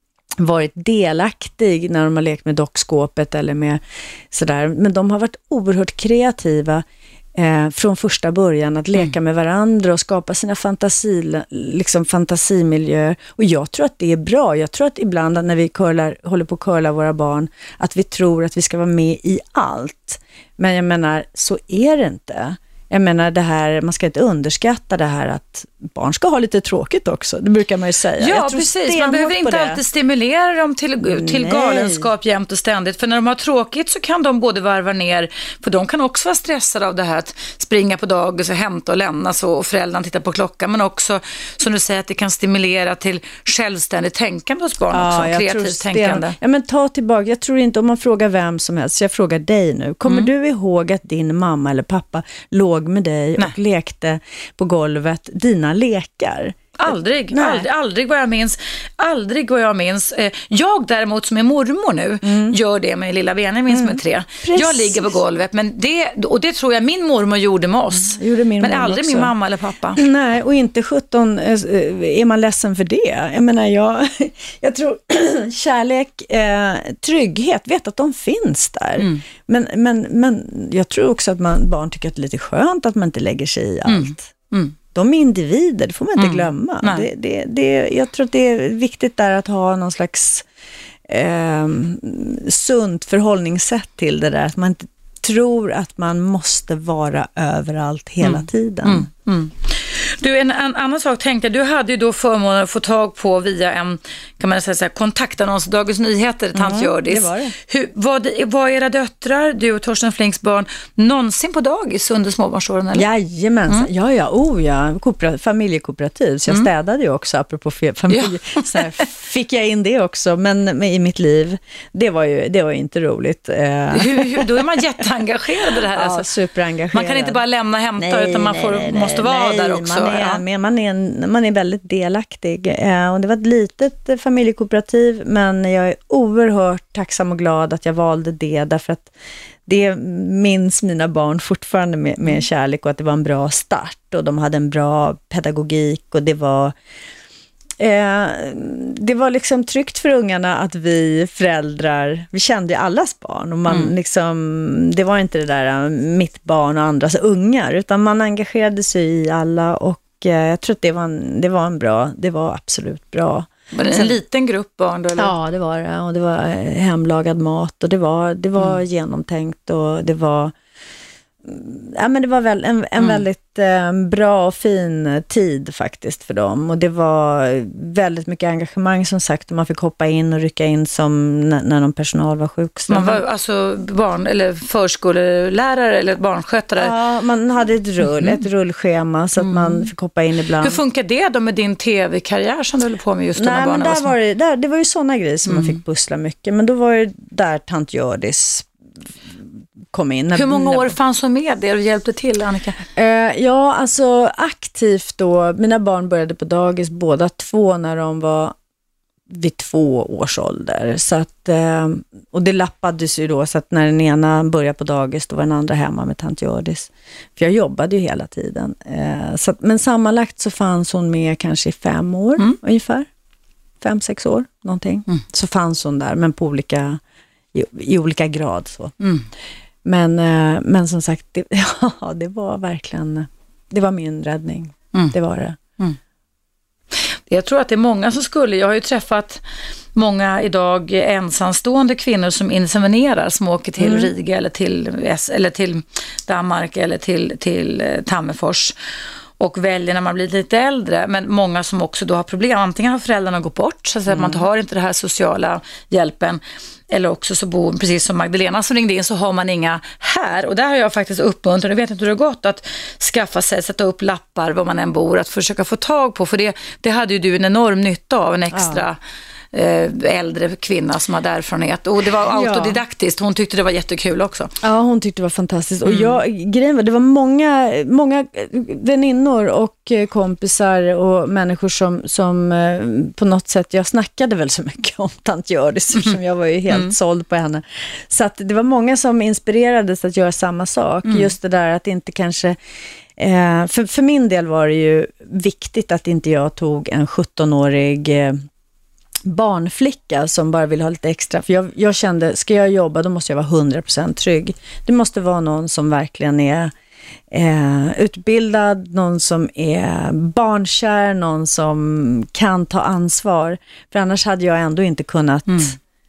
B: varit delaktig när de har lekt med dockskåpet eller med sådär, men de har varit oerhört kreativa eh, från första början att leka mm. med varandra och skapa sina fantasi, liksom fantasimiljöer, och jag tror att det är bra. Jag tror att ibland när vi curlar, håller på att curla våra barn, att vi tror att vi ska vara med i allt. Men jag menar, så är det inte. Jag menar det här, man ska inte underskatta det här att barn ska ha lite tråkigt också. Det brukar man ju säga.
A: Ja, precis. Man behöver inte alltid stimulera dem till, till galenskap jämt och ständigt. För när de har tråkigt så kan de både varva ner, för de kan också vara stressade av det här att springa på dagis och hämta och lämna så, och föräldrarna tittar på klockan. Men också, som du säger, att det kan stimulera till självständigt tänkande hos barn
B: ja,
A: också. Kreativt tänkande.
B: Ja, men ta tillbaka. Jag tror inte, om man frågar vem som helst, så jag frågar dig nu. Kommer mm. du ihåg att din mamma eller pappa låg med dig Nej. och lekte på golvet dina lekar?
A: Aldrig, aldrig, aldrig vad jag minns. Aldrig vad jag minns. Jag däremot som är mormor nu mm. gör det med lilla Benjamin mm. som är tre. Precis. Jag ligger på golvet, men det, och det tror jag min mormor gjorde med oss.
B: Mm. Gjorde min
A: men aldrig
B: också.
A: Min mamma eller pappa.
B: Nej, och inte sjutton är man ledsen för det. Jag menar, jag, jag tror kärlek, eh, trygghet, vet att de finns där. Mm. Men, men, men jag tror också att man, barn tycker att det är lite skönt att man inte lägger sig i allt.
A: Mm. Mm.
B: De är individer, det får man inte mm. glömma.
A: Det,
B: det, det, jag tror att det är viktigt där att ha någon slags eh, sunt förhållningssätt till det där. Att man inte tror att man måste vara överallt hela mm. tiden.
A: Mm. Mm. Du, en, en annan sak tänkte jag, du hade ju då förmånen att få tag på via en, kan man säga så här, kontaktannons, Dagens Nyheter, tant mm, Gördis.
B: Det var det.
A: Hur, var, det, var era döttrar, du och Torsten Flinks barn, någonsin på dagis under småbarnsåren? Eller?
B: Jajamensan, mm. ja, ja, oh ja, Koopera, familjekooperativ, så jag mm. städade ju också, apropå familj, ja. Så här, fick jag in det också, men med, i mitt liv, det var ju, det var ju inte roligt.
A: Hur, hur, då är man jätteengagerad i det här.
B: Ja,
A: alltså.
B: Superengagerad.
A: Man kan inte bara lämna och hämta, nej, utan man får, nej, nej, måste vara
B: nej,
A: där också.
B: Man är,
A: ja.
B: med, man, är en, man är väldigt delaktig. Eh, och det var ett litet eh, familjekooperativ, men jag är oerhört tacksam och glad att jag valde det, därför att det minns mina barn fortfarande med, med kärlek, och att det var en bra start och de hade en bra pedagogik, och det var eh, det var liksom tryggt för ungarna att vi föräldrar, vi kände ju allas barn, och man mm. liksom, det var inte det där mitt barn och andras ungar, utan man engagerade sig i alla, och eh, jag tror att det var en, det var en bra, det var absolut bra.
A: Var det en Sen, liten grupp barn då? Eller?
B: Ja, det var det, och det var hemlagad mat, och det var, det var mm. genomtänkt, och det var ja, men det var väl en, en mm. väldigt eh, bra och fin tid faktiskt för dem, och det var väldigt mycket engagemang, som sagt, och man fick hoppa in och rycka in som när, när någon personal var sjuk.
A: Man var alltså barn eller förskolelärare eller barnskötare?
B: Ja, man hade ett rull, mm. ett rullschema, så att mm. man fick hoppa in ibland.
A: Hur funkar det då med din tv-karriär som du höll på med just
B: Nej,
A: när barnen
B: men där
A: var
B: var det, där, det var ju sådana grejer som mm. man fick pussla mycket, men då var det där tant Gördis kom in. När,
A: Hur många år
B: när,
A: fanns hon med er och hjälpte till, Annika?
B: Eh, ja, alltså aktivt då. Mina barn började på dagis båda två när de var vid två års ålder. Så att, eh, och det lappades ju då, så att när den ena började på dagis då var den andra hemma med tant Gördis. För jag jobbade ju hela tiden. Eh, så att, men sammanlagt så fanns hon med kanske i fem år mm. ungefär. Fem, sex år någonting. Mm. Så fanns hon där, men på olika, i, i olika grad så. Mm. Men, eh, men som sagt, det, ja, det var verkligen, det var min räddning. Mm. Det var det. Mm.
A: Jag tror att det är många som skulle, jag har ju träffat många idag ensamstående kvinnor som inseminerar, som åker till mm. Riga eller till, eller till Danmark eller till, till Tammerfors och väljer när man blir lite äldre, men många som också då har problem, antingen har föräldrarna gått bort så att mm. man har inte den här sociala hjälpen, eller också så bor, precis som Magdalena som ringde in, så har man inga här. Och där har jag faktiskt uppmuntrat, jag vet inte hur det har gått, att skaffa sig, sätta upp lappar var man än bor, att försöka få tag på. För det, det hade ju du en enorm nytta av, en extra ja. äldre kvinna som hade erfarenhet. Och det var autodidaktiskt, hon tyckte det var jättekul också.
B: Ja, hon tyckte det var fantastiskt. Och jag, grejen var, det var många, många väninnor och kompisar och människor som, som på något sätt, jag snackade väl så mycket om tant Gördis, mm. som jag var ju helt mm. såld på henne. Så att det var många som inspirerades att göra samma sak. Mm. Just det där att inte kanske eh, för, för min del var det ju viktigt att inte jag tog en sjuttonårig eh, barnflicka som bara vill ha lite extra. För jag, jag kände, ska jag jobba då måste jag vara hundra procent trygg. Det måste vara någon som verkligen är eh, utbildad, någon som är barnkär, någon som kan ta ansvar. För annars hade jag ändå inte kunnat mm.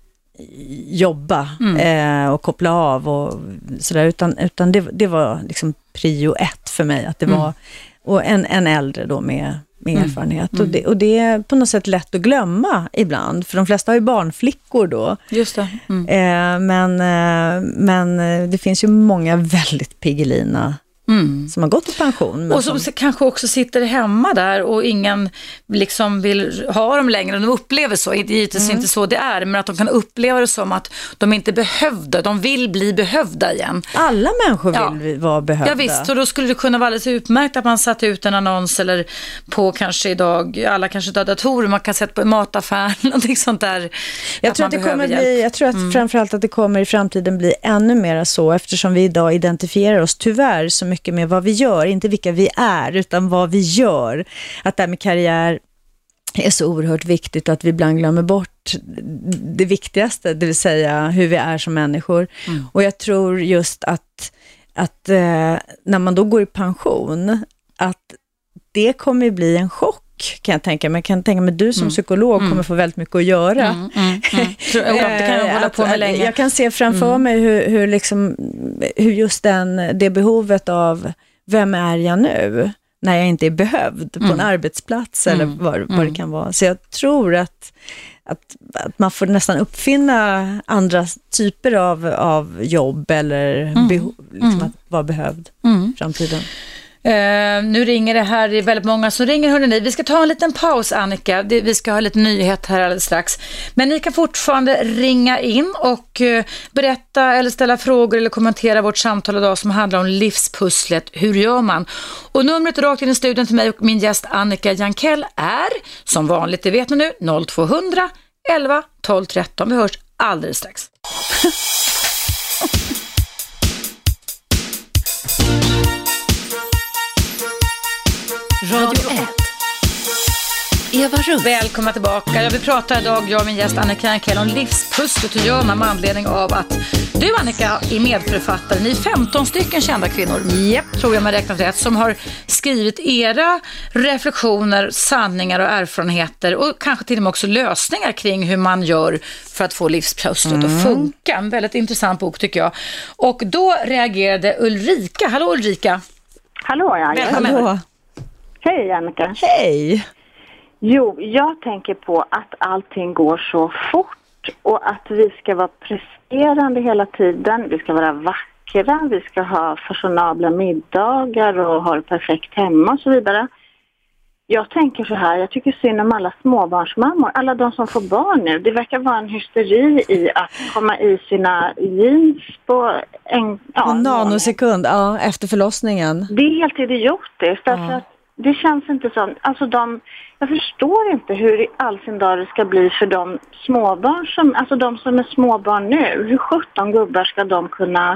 B: jobba mm. eh, och koppla av och sådär. Utan, utan det, det var liksom prio ett för mig. Att det mm. var, och en, en äldre då med med mm. erfarenhet. Mm. Och, det, och det är på något sätt lätt att glömma ibland. För de flesta har ju barnflickor då.
A: Just det. Mm.
B: Eh, men, eh, men det finns ju många väldigt piggelina mm. som har gått i pension. Men
A: och som, som kanske också sitter hemma där och ingen liksom vill ha dem längre. De upplever så, det är givetvis mm. inte så det är, men att de kan uppleva det som att de inte behövda, de vill bli behövda igen.
B: Alla människor vill ja. vara behövda.
A: Ja visst, och då skulle det kunna vara alldeles utmärkt att man satt ut en annons eller på kanske idag, alla kanske har datorer, man kan sätta på mataffär, någonting sånt där.
B: Jag tror att det kommer bli, jag tror att mm. framförallt att det kommer i framtiden bli ännu mer så, eftersom vi idag identifierar oss tyvärr så mycket med vad vi gör, inte vilka vi är utan vad vi gör. Att det här med karriär är så oerhört viktigt att vi ibland glömmer bort det viktigaste, det vill säga hur vi är som människor. Mm. Och jag tror just att, att eh, när man då går i pension, att det kommer bli en chock, kan jag tänka mig. Jag kan tänka mig du som mm. psykolog mm. kommer få väldigt mycket att göra. Mm, mm, mm.
A: det kan jag hålla på med länge.
B: Jag kan se framför mm. mig hur, hur, liksom, hur just den, det behovet av vem är jag nu när jag inte är behövd mm. på en arbetsplats eller mm. vad, vad det kan vara. Så jag tror att, att, att man får nästan uppfinna andra typer av, av jobb eller mm. behov, liksom mm. att vara behövd mm. i framtiden.
A: Uh, nu ringer det här, det är väldigt många som ringer, hörni. Vi ska ta en liten paus, Annika. Det, vi ska ha lite nyhet här alldeles strax. Men ni kan fortfarande ringa in och uh, berätta eller ställa frågor eller kommentera vårt samtal idag som handlar om livspusslet. Hur gör man? Och numret rakt in i studion till mig och min gäst Annika Jankell är, som vanligt, det vet ni nu, noll två hundra elva tolv tretton. Vi hörs alldeles strax.
C: Radio ett. Eva Russ.
A: Välkomna tillbaka. Jag vill prata idag, jag och min gäst Annika Jankell, om livspusslet. Hur gör man med anledning av att du, Annika, är medförfattare. Ni är femton stycken kända kvinnor, yep, tror jag man räknat rätt, som har skrivit era reflektioner, sanningar och erfarenheter och kanske till och med också lösningar kring hur man gör för att få livspusslet mm. att funka. En väldigt intressant bok tycker jag. Och då reagerade Ulrika. Hallå Ulrika.
I: Hallå, ja.
A: Välkommen.
B: Hallå.
I: Hej Annika.
B: Hej.
I: Jo, jag tänker på att allting går så fort och att vi ska vara presterande hela tiden. Vi ska vara vackra, vi ska ha fashionabla middagar och ha det perfekt hemma och så vidare. jag tänker så här, jag tycker synd om alla småbarnsmammor, alla de som får barn nu. Det verkar vara en hysteri i att komma i sina jeans på en ja,
B: en nanosekund, ja, efter förlossningen.
I: Det är helt idiotiskt, därför
B: Ja.
I: att det känns inte som, alltså de, jag förstår inte hur i all sin dag det ska bli för de småbarn som, alltså de som är småbarn nu. Hur sjutton gubbar ska de kunna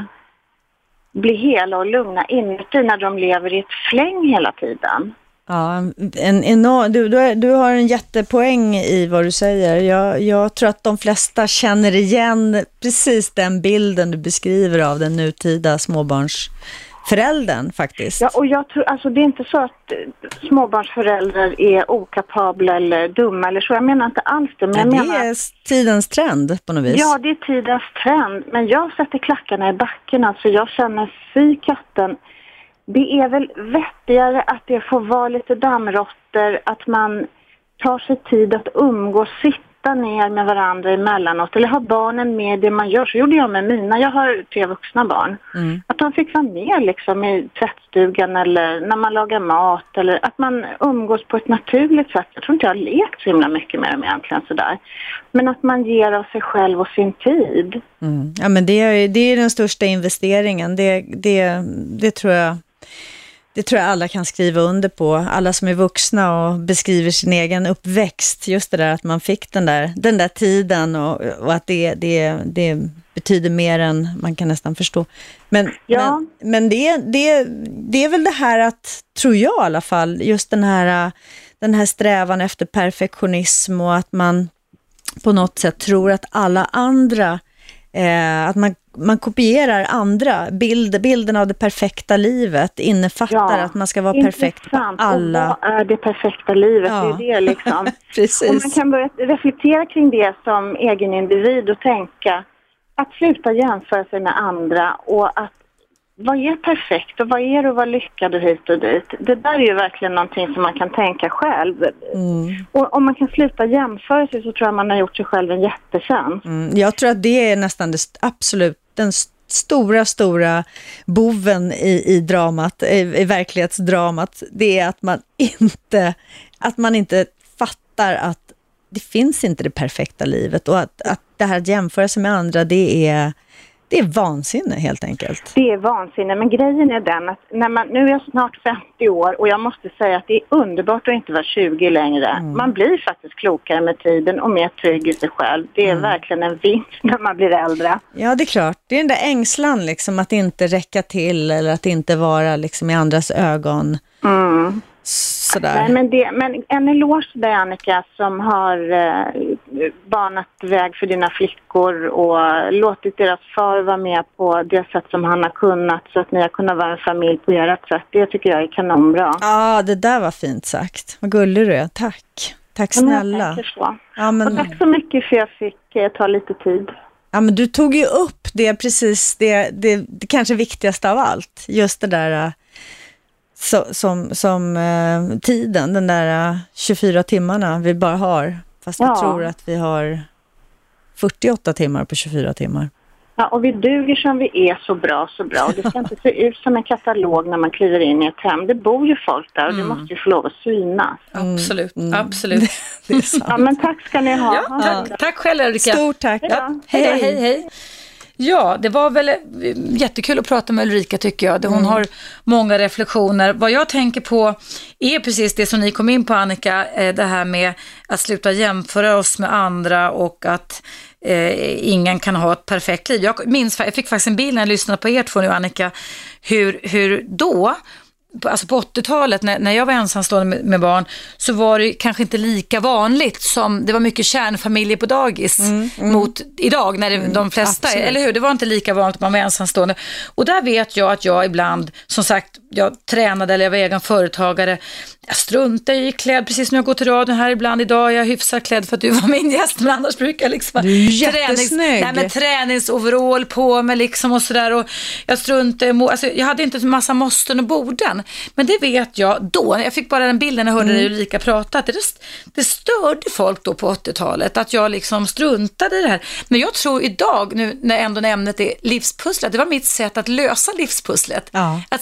I: bli hela och lugna inuti när de lever i ett fläng hela tiden?
B: Ja, en enorm, du, du, är, du har en jättepoäng i vad du säger. Jag, jag tror att de flesta känner igen precis den bilden du beskriver av den nutida småbarnsföräldern faktiskt.
I: Ja, och jag tror, alltså det är inte så att småbarnsföräldrar är okapabla eller dumma eller så. Jag menar inte alls det. Men
B: Men det
I: jag menar,
B: är tidens trend på något vis.
I: ja, det är tidens trend. Men jag sätter klackarna i backen. Alltså jag känner fy katten. Det är väl vettigare att det får vara lite dammråttor, att man tar sig tid att umgås, sitta ner med varandra emellanåt eller ha barnen med det man gör. Så gjorde jag med mina, jag har tre vuxna barn. Mm. Att de fick vara med liksom i tvättstugan eller när man lagar mat eller att man umgås på ett naturligt sätt. Jag tror inte jag har lekt så himla mycket med dem egentligen sådär. Men att man ger av sig själv och sin tid.
B: Mm. Ja, men det är, det är den största investeringen. Det, det, det tror jag Det tror jag alla kan skriva under på. Alla som är vuxna och beskriver sin egen uppväxt. Just det där att man fick den där, den där tiden och, och att det, det, det betyder mer än man kan nästan förstå. Men,
I: ja.
B: men, men det, det, det är väl det här att, tror jag i alla fall, just den här, den här strävan efter perfektionism och att man på något sätt tror att alla andra, eh, att man man kopierar andra bild, bilden av det perfekta livet innefattar ja, att man ska vara perfekt på alla.
I: Och vad är det perfekta livet?
B: Ja.
I: Det är det liksom.
B: Precis.
I: Och man kan börja reflektera kring det som egen individ och tänka att sluta jämföra sig med andra och att vad är perfekt och vad är det att vara lyckad och hit och dit. Det där är ju verkligen någonting som man kan tänka själv. Mm. Och om man kan sluta jämföra sig så tror jag man har gjort sig själv en jättetjänst.
B: Mm. Jag tror att det är nästan det absolut den stora, stora boven i, i dramat, i, i verklighetsdramat. Det är att man inte, att man inte fattar att det finns inte det perfekta livet och att, att det här att jämföra sig med andra, det är Det är vansinne helt enkelt.
I: Det är vansinne, men grejen är den att när man, nu är jag snart femtio år och jag måste säga att det är underbart att inte vara tjugo längre. Mm. Man blir faktiskt klokare med tiden och mer trygg i sig själv. Det är mm. verkligen en vinst när man blir äldre.
B: Ja, det är klart. Det är den där ängslan liksom att inte räcka till eller att inte vara liksom i andras ögon.
I: Mm.
B: Sådär.
I: Nej, men, det, men en eloge till dig, Annika, som har eh, banat väg för dina flickor och låtit deras far vara med på det sätt som han har kunnat så att ni har kunnat vara en familj på ert sätt. Det tycker jag är kanonbra.
B: Ja, det där var fint sagt. Vad gullig du är. Tack. Tack snälla.
I: Jag så.
B: Ja, men...
I: Och tack så mycket för att jag fick eh, ta lite tid.
B: Ja, men du tog ju upp det precis, det, det, det kanske viktigaste av allt. Just det där... Så, som som eh, tiden, den där eh, tjugofyra timmarna vi bara har. Fast ja. vi tror att vi har fyrtioåtta timmar på tjugofyra timmar.
I: Ja, och vi duger som vi är så bra, så bra. Och det ska inte se ut som en katalog när man kliver in i ett hem. Det bor ju folk där och mm. det måste ju få lov att synas.
A: Mm. Absolut, mm. absolut.
B: Det är sant.
I: Ja, men tack ska ni ha.
A: Ja, tack,
I: ja.
A: tack själv, Ulrika.
B: Stort tack.
A: Ja, hej, hej, hej, hej. Ja, det var väl jättekul att prata med Ulrika tycker jag. Hon mm. har många reflektioner. Vad jag tänker på är precis det som ni kom in på, Annika. Det här med att sluta jämföra oss med andra och att eh, ingen kan ha ett perfekt liv. Jag minns, jag fick faktiskt en bild när jag lyssnade på er två nu, Annika, hur, hur då... Alltså på åttiotalet när, när jag var ensamstående med, med barn så var det kanske inte lika vanligt som det var mycket kärnfamiljer på dagis mm, mm. mot idag när det, mm, de flesta, absolut. Eller hur? Det var inte lika vanligt att man var ensamstående. Och där vet jag att jag ibland, som sagt, jag tränade eller jag var egen företagare. Jag struntar i klädd, precis när jag går till radion här ibland idag. Jag är hyfsat klädd för att du var min gäst, men annars brukar jag liksom
B: du är jättesnygg.
A: Nej, med träningsoverall på mig liksom och sådär. Och jag struntar i, alltså jag hade inte en massa måsten och borden. Men det vet jag då, jag fick bara den bilden när jag hörde mm. dig Ulrika prata, att det, det störde folk då på åttiotalet, att jag liksom struntade i det här. Men jag tror idag, nu när ändå ämnet är livspusslet, det var mitt sätt att lösa livspusslet. Ja. Att skippa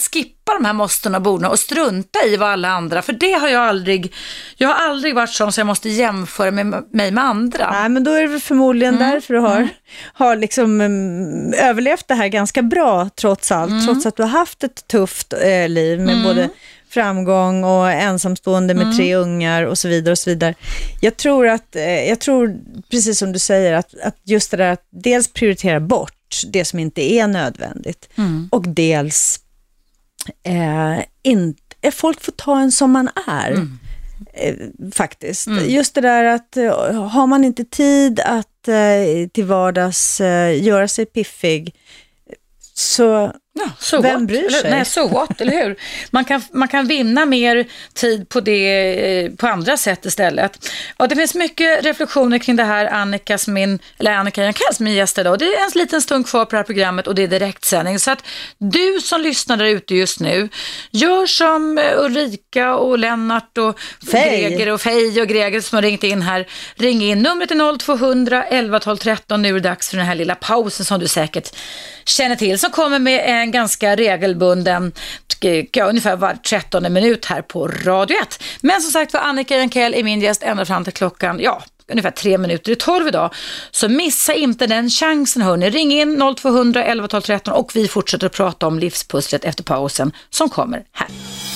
A: de här måsten och borden och strunta i vad alla andra, för det har jag aldrig, jag har aldrig varit sån så jag måste jämföra med, mig med andra.
B: Nej, men då är det förmodligen mm. därför du har, mm. har liksom um, överlevt det här ganska bra trots allt, mm. trots att du har haft ett tufft eh, liv med mm. både framgång och ensamstående med mm. tre ungar och så vidare och så vidare. Jag tror att, eh, jag tror precis som du säger att, att just det där att dels prioritera bort det som inte är nödvändigt mm. och dels eh, inte, folk får ta en som man är mm. eh, faktiskt. Mm. Just det där att eh, har man inte tid att eh, till vardags eh, göra sig piffig så
A: ja, so
B: vem
A: what?
B: bryr sig?
A: Eller, nej, so what, eller hur? Man kan, man kan vinna mer tid på det på andra sätt istället. Och det finns mycket reflektioner kring det här. Annika, min, eller Annika Jankells, min gäst idag. Det är en liten stund kvar på det här programmet och det är direktsändning. Så att du som lyssnar där ute just nu, gör som Ulrika och Lennart och Fej. Greger och Fej och Greger som har ringt in här. Ring in, numret är noll två hundra elva tolv tretton. Nu är det dags för den här lilla pausen som du säkert känner till, som kommer med en ganska regelbunden, ja, ungefär var trettonde minut här på Radio ett. Men som sagt var, Annika Jankell är min gäst ända fram till klockan, ja, ungefär tre minuter i tolv idag. Så missa inte den chansen, hörni. Ring in noll två hundra elva tolv tretton och vi fortsätter att prata om livspusslet efter pausen som kommer här.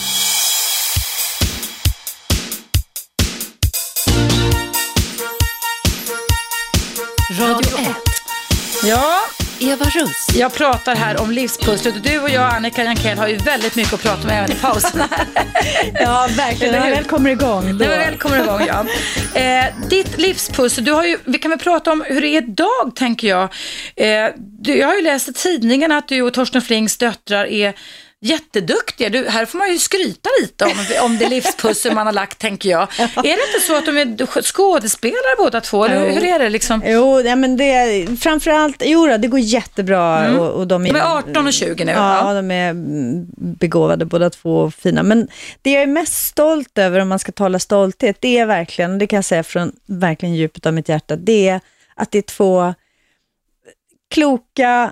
C: Radio ett.
A: Ja,
C: Eva Russ.
A: Jag pratar här om livspusslet och du och jag, Annika Jankell, har ju väldigt mycket att prata om även i pausen.
B: Ja, verkligen. När vi väl kommer igång. Då.
A: När vi väl kommer igång, ja. Eh, ditt livspussel, du har ju, vi kan väl prata om hur det är idag, tänker jag. Eh, du, jag har ju läst i tidningen att du och Torsten Flinks döttrar är jätteduktiga. Du, här får man ju skryta lite om, om det livspussel man har lagt, tänker jag. Ja. Är det inte så att de är skådespelare båda två? Eller hur är det liksom?
B: Jo, ja, men det framförallt, jo då, det går jättebra.
A: Mm.
B: Och, och de, är,
A: de är arton och tjugo nu.
B: Ja, ja, de är begåvade båda två och fina. Men det jag är mest stolt över, om man ska tala stolthet, det är verkligen, och det kan jag säga från verkligen djupet av mitt hjärta, det är att det är två kloka,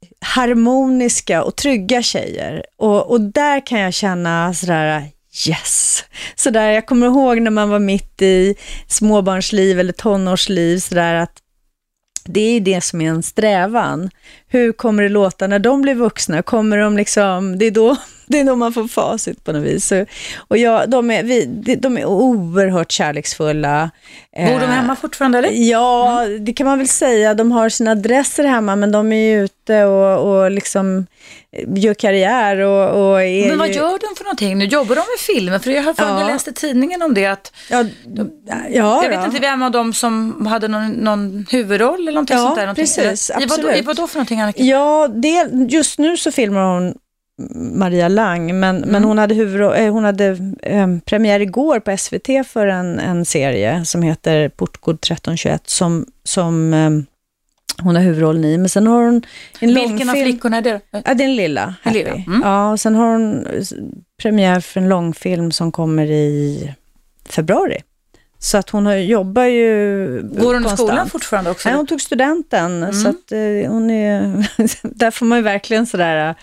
B: harmoniska och trygga tjejer. Och, och där kan jag känna sådär, yes. Sådär, jag kommer ihåg när man var mitt i småbarnsliv eller tonårsliv, sådär att det är det som är en strävan. Hur kommer det låta när de blir vuxna? Kommer de liksom, det är då, det är då man får facit på något vis. Så, och jag, de, är, vi, de är oerhört kärleksfulla.
A: Bor de hemma fortfarande, eller?
B: Ja, mm. det kan man väl säga. De har sina adresser hemma, men de är ju ute och, och liksom gör karriär. Och, och är
A: men vad
B: ju...
A: gör de för någonting? Nu jobbar de med filmer, för jag har fan ja. läst i tidningen om det. Att
B: ja,
A: de,
B: ja,
A: jag vet inte vem av dem som hade någon, någon huvudroll eller någonting
B: ja,
A: sånt där. Någonting.
B: Precis,
A: I vad, I vad då för någonting, Annika?
B: Ja, det, just nu så filmar hon Maria Lang, men, mm. men hon hade, huvud, hon hade eh, premiär igår på S V T för en, en serie som heter Portkod tretton tjugoett som, som eh, hon har huvudrollen i. Men sen har hon en långfilm.
A: Vilken av flickorna är det?
B: Ja, det är en lilla.
A: En lilla. Mm.
B: Ja, och sen har hon premiär för en långfilm som kommer i februari. Så att hon har, jobbar ju
A: går hon i skolan fortfarande också?
B: Nej, hon tog studenten. Mm. Så att eh, hon är... där får man ju verkligen sådär...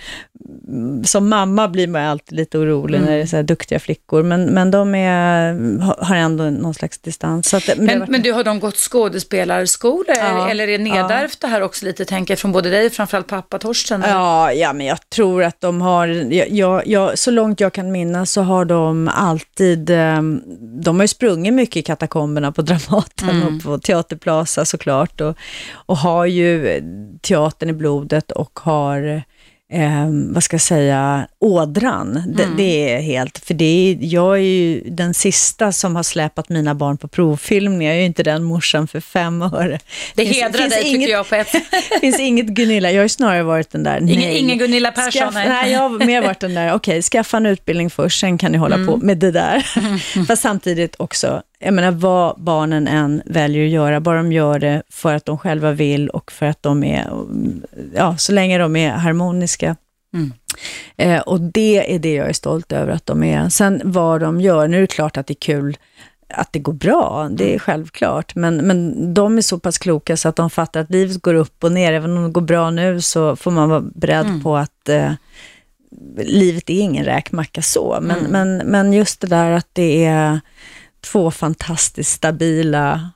B: Som mamma blir man alltid lite orolig mm. när det är så här duktiga flickor. Men, men de är, har ändå någon slags distans. Så att, men,
A: men,
B: varit...
A: men du, har de gått skådespelarskolor? Ja, eller är nedärvt ja. det här också lite, tänker jag, från både dig och framförallt pappa Torsten?
B: Ja, ja, men jag tror att de har... Jag, jag, jag, så långt jag kan minnas så har de alltid... De har ju sprungit mycket i katakomberna på Dramaten mm. och på Teaterplaza såklart. Och, och har ju teatern i blodet och har... Eh, vad ska jag säga, ådran. Mm. Det, det är helt, för det är, jag är ju den sista som har släpat mina barn på provfilmning. Jag är ju inte den morsan för fem öre.
A: Det finns, hedrar finns dig inget, tycker jag på ett.
B: Det finns inget Gunilla, jag har ju snarare varit den där.
A: Ingen, ingen Gunilla Persson.
B: Skaff, nej, jag har mer varit den där, okej, okay, skaffa en utbildning först, sen kan ni hålla mm. på med det där. Mm. Fast samtidigt också, jag menar vad barnen än väljer att göra, bara de gör det för att de själva vill och för att de är, ja, så länge de är harmoniska. Mm. Eh, och det är det jag är stolt över att de är. Sen vad de gör, nu är det klart att det är kul att det går bra, det är självklart. Men, men de är så pass kloka så att de fattar att livet går upp och ner. Även om det går bra nu så får man vara beredd mm. på att... Eh, livet är ingen räkmacka så, men,
A: Mm.
B: men, men just det där att det är två fantastiskt stabila,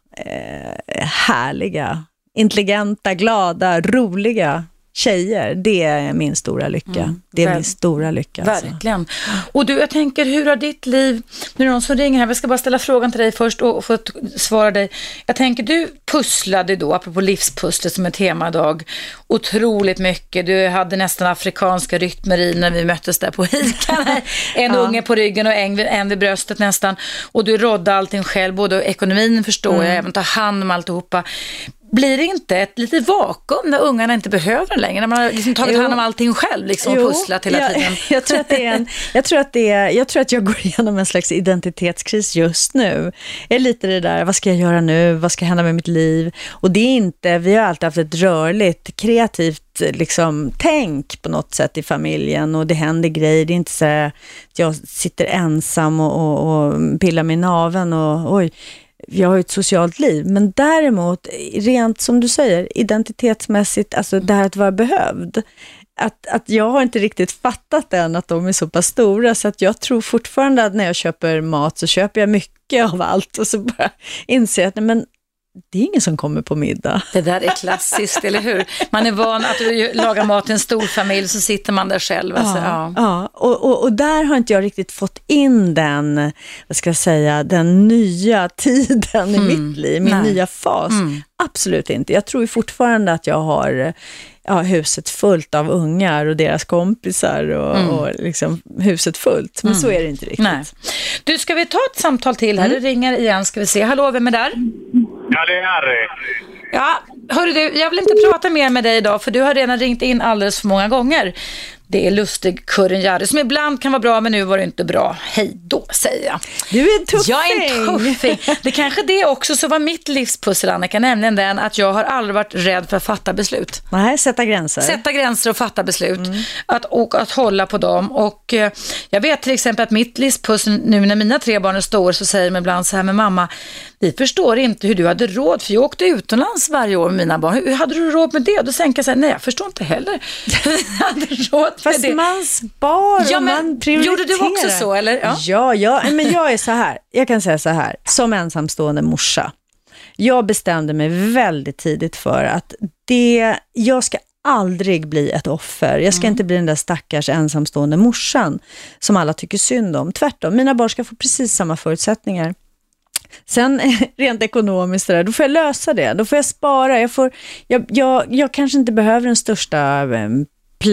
B: eh, härliga, intelligenta, glada, roliga tjejer, det är min stora lycka.
A: Mm.
B: Det är
A: Ver-
B: min stora lycka. Alltså.
A: Verkligen. Och du, jag tänker, hur har ditt liv, nu är det någon som ringer här, jag ska bara ställa frågan till dig först och få t- svara dig. Jag tänker, du pusslade då, apropå livspusslet som är temadag, otroligt mycket. Du hade nästan afrikanska rytmer i när vi möttes där på Ica. En
B: Ja.
A: unge på ryggen och en, en vid bröstet nästan. Och du rådde allting själv, både ekonomin förstår
B: Mm.
A: jag, även ta hand om alltihopa. Blir det inte ett litet vakuum när ungarna inte behöver det längre? När man har liksom tagit
B: Jo.
A: hand om allting själv liksom, och pusslat hela
B: jag,
A: tiden.
B: Jag tror att det är en, jag tror att det är, jag tror att jag går igenom en slags identitetskris just nu. Jag är lite det där, vad ska jag göra nu? Vad ska hända med mitt liv? Och det är inte, vi har alltid haft ett rörligt, kreativt liksom, tänk på något sätt i familjen och det händer grejer. Det är inte så att jag sitter ensam och, och, och pillar mig i naveln och oj, jag har ju ett socialt liv, men däremot rent som du säger, identitetsmässigt, alltså det här att vara behövd, att, att jag har inte riktigt fattat än att de är så pass stora, så att jag tror fortfarande att när jag köper mat så köper jag mycket av allt och så bara inser jag att nej, men det är ingen som kommer på middag.
A: Det där är klassiskt, eller hur? Man är van att laga mat i en stor familj, så sitter man där själv. Alltså, ja.
B: Ja, ja. Och, och, och där har inte jag riktigt fått in den, vad ska jag säga, den nya tiden i
A: Mm.
B: mitt liv, min
A: Nej.
B: nya fas.
A: Mm.
B: Absolut inte. Jag tror ju fortfarande att jag har ja, huset fullt av ungar och deras kompisar och,
A: Mm.
B: och liksom huset fullt. Men
A: Mm.
B: så är det inte riktigt.
A: Nej. Du, ska vi ta ett samtal till här?
B: Mm.
A: Det ringer igen, ska vi se. Hallå, vem är där?
D: Ja, det är Harry.
A: Ja, hörru du, jag vill inte prata mer med dig idag, för du har redan ringt in alldeles för många gånger. Det är lustig kurren Jari, som ibland kan vara bra, men nu var det inte bra. Hej då, säger jag.
B: Du är en tuffing.
A: Jag är en tuffing. Det kanske det också så var mitt livspussel, Annika, nämligen den att jag har aldrig varit rädd för att fatta beslut.
B: Nej, sätta gränser.
A: Sätta gränser och fatta beslut. Mm. Att, och att hålla på dem. Och eh, jag vet till exempel att mitt livspussel, nu när mina tre barn är stora, så säger de ibland så här med mamma, vi förstår inte hur du hade råd, för jag åkte utomlands varje år med mina barn. Hur hade du råd med det? Och då tänker jag så här, nej, jag förstår inte heller. Jag hade råd med
B: Fast
A: det.
B: man spar
A: Ja,
B: och
A: men
B: man prioriterar.
A: gjorde du också så, eller? Ja,
B: ja, ja, men jag är så här. Jag kan säga så här, som ensamstående morsa. Jag bestämde mig väldigt tidigt för att det, jag ska aldrig bli ett offer. Jag ska mm. inte bli den där stackars ensamstående morsan som alla tycker synd om. Tvärtom, mina barn ska få precis samma förutsättningar. Sen rent ekonomiskt där, då får jag lösa det. Då får jag spara. Jag, får, jag, jag, jag kanske inte behöver den största um,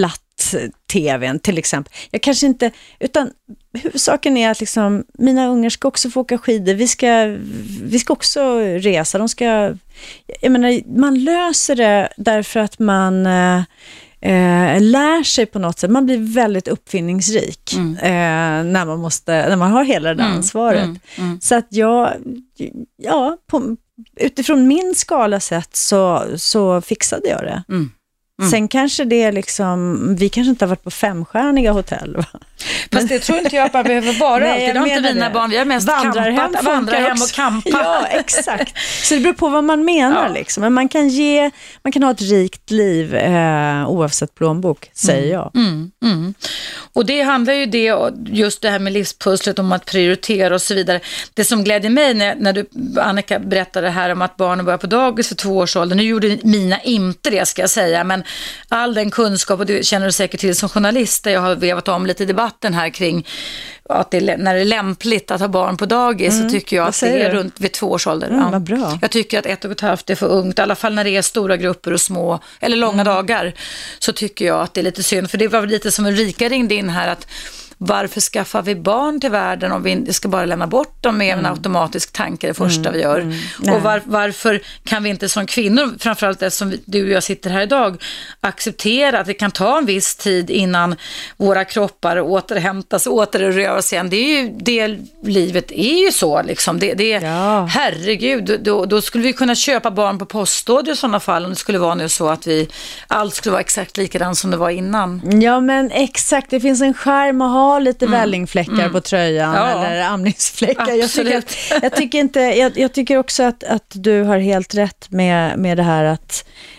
B: platt-tvn till exempel. Jag kanske inte, utan huvudsaken är att liksom, mina ungar ska också få åka skidor. Vi ska, vi ska också resa. De ska, jag menar, man löser det därför att man eh, eh, lär sig på något sätt. Man blir väldigt uppfinningsrik mm. eh, när man måste, när man har hela det mm. ansvaret. Mm. Mm. Så att jag, ja, på, utifrån min skala sett så, så fixade jag det. Mm. Mm. Sen kanske det är liksom, vi kanske inte har varit på femstjärniga hotell, va?
A: Fast det tror inte jag att man behöver vara.
B: Nej,
A: alltid. Det har inte mina barn. Vi har mest campat, vandra hem och campa.
B: Ja, exakt. Så det beror på vad man menar. Ja. Liksom. Men man kan ge, man kan ha ett rikt liv eh, oavsett plånbok, säger
A: mm.
B: jag.
A: Mm. Mm. Och det handlar ju det, just det här med livspusslet, om att prioritera och så vidare. Det som glädjer mig när, när du, Annika, berättade här om att barnen börjar på dagis för två års ålder. Nu gjorde mina inte det, ska jag säga, men all den kunskap, och du känner du säkert till som journalist, där jag har vevat om lite i debatten här kring att det, när det är lämpligt att ha barn på dagis, mm. så tycker jag att det är du? runt vid två års ålder.
B: Mm,
A: ja.
B: vad bra.
A: Jag tycker att ett och ett halvt är för ungt, i alla fall när det är stora grupper och små, eller långa mm. dagar, så tycker jag att det är lite synd. För det var lite som en Rika ringde in här, att varför skaffar vi barn till världen om vi ska bara lämna bort dem med mm. en automatisk tanke det första mm. vi gör? Mm. Och var, varför kan vi inte som kvinnor, framförallt eftersom vi, du och jag sitter här idag, acceptera att det kan ta en viss tid innan våra kroppar återhämtas och återröras igen? Det är ju, det livet är ju så liksom. Det, det,
B: ja.
A: Herregud, då, då skulle vi kunna köpa barn på postorder i sådana fall, om det skulle vara nu så att vi, allt skulle vara exakt likadant som det var innan.
B: Ja, men exakt. Det finns en skärm att ha lite mm. vällingfläckar mm. på tröjan ja. eller amningsfläckar. Jag tycker, att, jag tycker inte jag, jag tycker också att, att du har helt rätt med, med det här att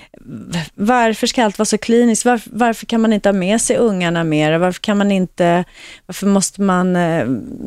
B: varför ska allt vara så kliniskt? Varför, varför kan man inte ha med sig ungarna mer? Varför kan man inte, varför måste man eh,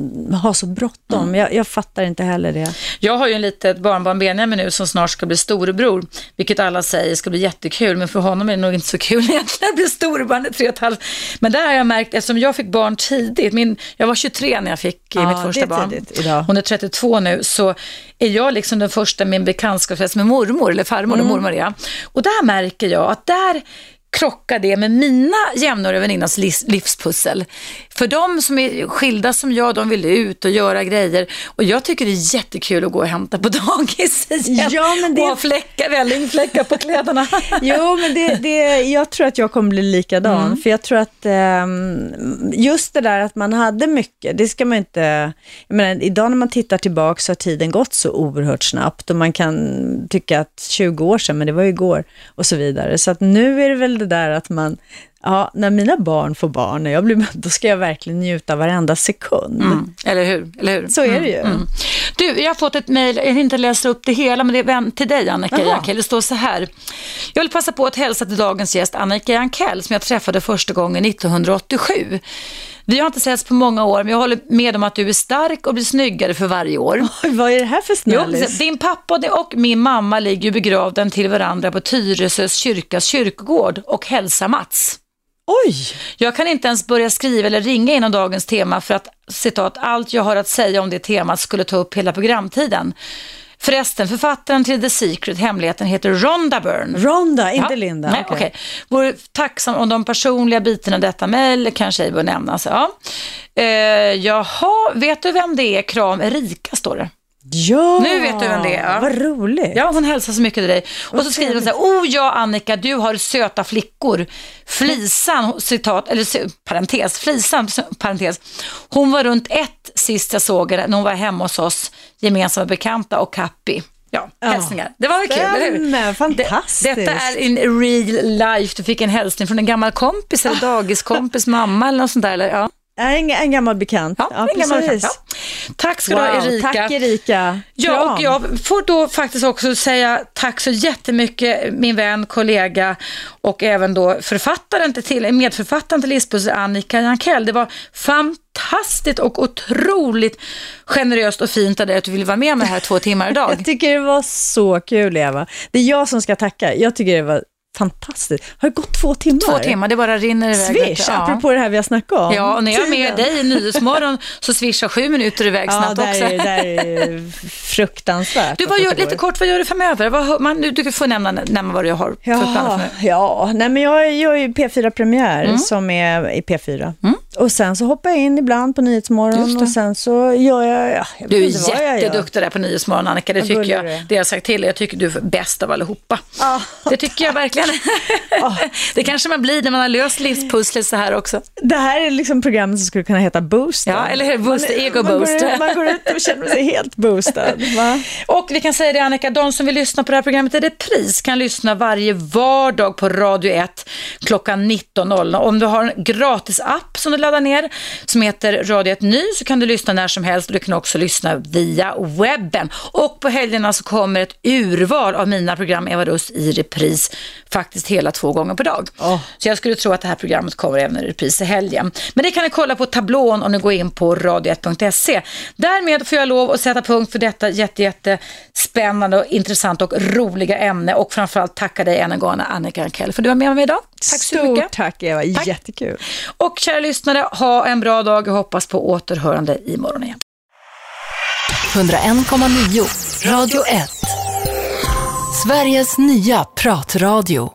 B: ha så bråttom? Mm. Jag, jag fattar inte heller det.
A: Jag har ju en litet barnbarn Benjamin nu som snart ska bli storebror, vilket alla säger ska bli jättekul, men för honom är det nog inte så kul egentligen att bli storebarn i tre och ett halvt. Men där har jag märkt, eftersom jag fick barn tidigt, min, jag var tjugotre när jag fick ja, mitt första barn. Idag. Hon är trettiotvå nu, så är jag liksom den första min bekantskapsfest med mormor, eller farmor mm. och mormor är. Och där märker jag att där krockar det med mina jämnåriga väninnans livspussel. För de som är skilda som jag, de vill ut och göra grejer. Och jag tycker det är jättekul att gå och hämta på dagis igen.
B: Ja, men det...
A: Och ha fläckar, vällingfläckar på kläderna.
B: Jo, men det, det, jag tror att jag kommer bli likadan. Mm. För jag tror att um, just det där att man hade mycket, det ska man inte... Jag menar, idag när man tittar tillbaka så har tiden gått så oerhört snabbt. Och man kan tycka att tjugo år sedan, men det var ju igår och så vidare. Så att nu är det väl det där att man, ja, när mina barn får barn, när jag blir, då ska jag verkligen njuta varenda sekund.
A: Mm. Eller hur? Eller hur?
B: Så är det ju.
A: Mm. Mm. Du, jag har fått ett mejl, jag inte läser upp det hela, men det är till dig, Annika Jankell. Det står så här: jag vill passa på att hälsa till dagens gäst Annika Jankell, som jag träffade första gången nittonhundraåttiosju. Vi har inte setts på många år, men jag håller med om att du är stark och blir snyggare för varje år.
B: Oj, vad är det här för snällis?
A: Jo, din pappa och min mamma ligger ju begravda till varandra på Tyresös kyrkas kyrkogård och hälsa Mats.
B: Oj!
A: Jag kan inte ens börja skriva eller ringa inom dagens tema för att, citat, allt jag har att säga om det temat skulle ta upp hela programtiden. Förresten, författaren till The Secret, hemligheten, heter Rhonda Byrne.
B: Rhonda, inte
A: ja.
B: Linda.
A: Nej, okej. Okay. Vore tacksam om de personliga bitarna av detta mejl kanske bör nämnas. Ja. Eh, jaha, vet du vem det är? Kram Erika, står det.
B: Ja,
A: nu vet du vem det är. Ja.
B: Vad roligt.
A: Ja, hon hälsar så mycket till dig. Och så skriver hon så här: oh ja, Annika, du har söta flickor. Flisan, citat, eller parentes, Flisan, parentes. Hon var runt ett sist jag såg henne när hon var hemma hos oss, gemensamma bekanta och Kappi. Ja, ja, hälsningar. Det var väl kul, eller hur?
B: Fantastiskt.
A: Det, detta är in real life. Du fick en hälsning från en gammal kompis eller dagiskompis, mamma eller något sånt där, eller ja.
B: En, en gammal bekant.
A: Ja,
B: ja,
A: en gammal bekant. Ja. Tack ska wow, du ha, Erika.
B: Tack, Erika.
A: Ja, och jag får då faktiskt också säga tack så jättemycket, min vän, kollega och även då författaren till, medförfattaren till Livspussel, Annika Jankell. Det var fantastiskt och otroligt generöst och fint av dig att du ville vara med mig här två timmar idag.
B: Jag tycker det var så kul, Eva. Det är jag som ska tacka. Jag tycker det var fantastiskt. Har det gått två timmar?
A: Två timmar, det bara rinner iväg.
B: Swish, ja. Apropå det här vi har snackat om.
A: Ja, och när jag är med dig i Nyhetsmorgon så swishar sju minuter iväg snabbt
B: ja,
A: också.
B: Ja, det är fruktansvärt.
A: Du, vad gör, lite kort, vad gör du framöver? Vad, man, du, du får nämna, nämna vad du har
B: ja,
A: för planer för nu.
B: Ja, nej, men jag gör ju P fyra-premiär mm. som är i P fyra. Mm. Och sen så hoppar jag in ibland på Nyhetsmorgon och sen så gör jag... Ja, jag
A: du är jätteduktig där på Nyhetsmorgon, Annika. Det jag tycker jag. Det har jag sagt till. Jag tycker du är bäst av allihopa. Ah. Det tycker jag verkligen. Ah. Det kanske man blir när man har löst livspusslet så här också.
B: Det här är liksom programmet som skulle kunna heta Boost.
A: Ja, eller hur? Boost, man, ego
B: man
A: boost.
B: Går, man går ut och känner sig helt boostad. Va?
A: Och vi kan säga det, Annika, de som vill lyssna på det här programmet i repris kan lyssna varje vardag på Radio ett klockan nitton noll noll. Om du har en gratis app som du laddar ner som heter Radio ett Ny så kan du lyssna när som helst och du kan också lyssna via webben. Och på helgerna så kommer ett urval av mina program Eva Russ i repris faktiskt hela två gånger per dag. Oh. Så jag skulle tro att det här programmet kommer även i repris i helgen. Men det kan ni kolla på tablån om ni går in på radio ett punkt se. Därmed får jag lov att sätta punkt för detta jätte, jätte spännande och intressant och roliga ämne och framförallt tacka dig än en gång, Annika Jankell, för du var med mig idag. Tack så
B: Stort
A: mycket.
B: Tack, Eva.
A: Tack.
B: Jättekul.
A: Och kära lyssnare, ha en bra dag och hoppas på återhörande imorgon igen.
C: hundraen komma nio Radio ett. Sveriges nya pratradio.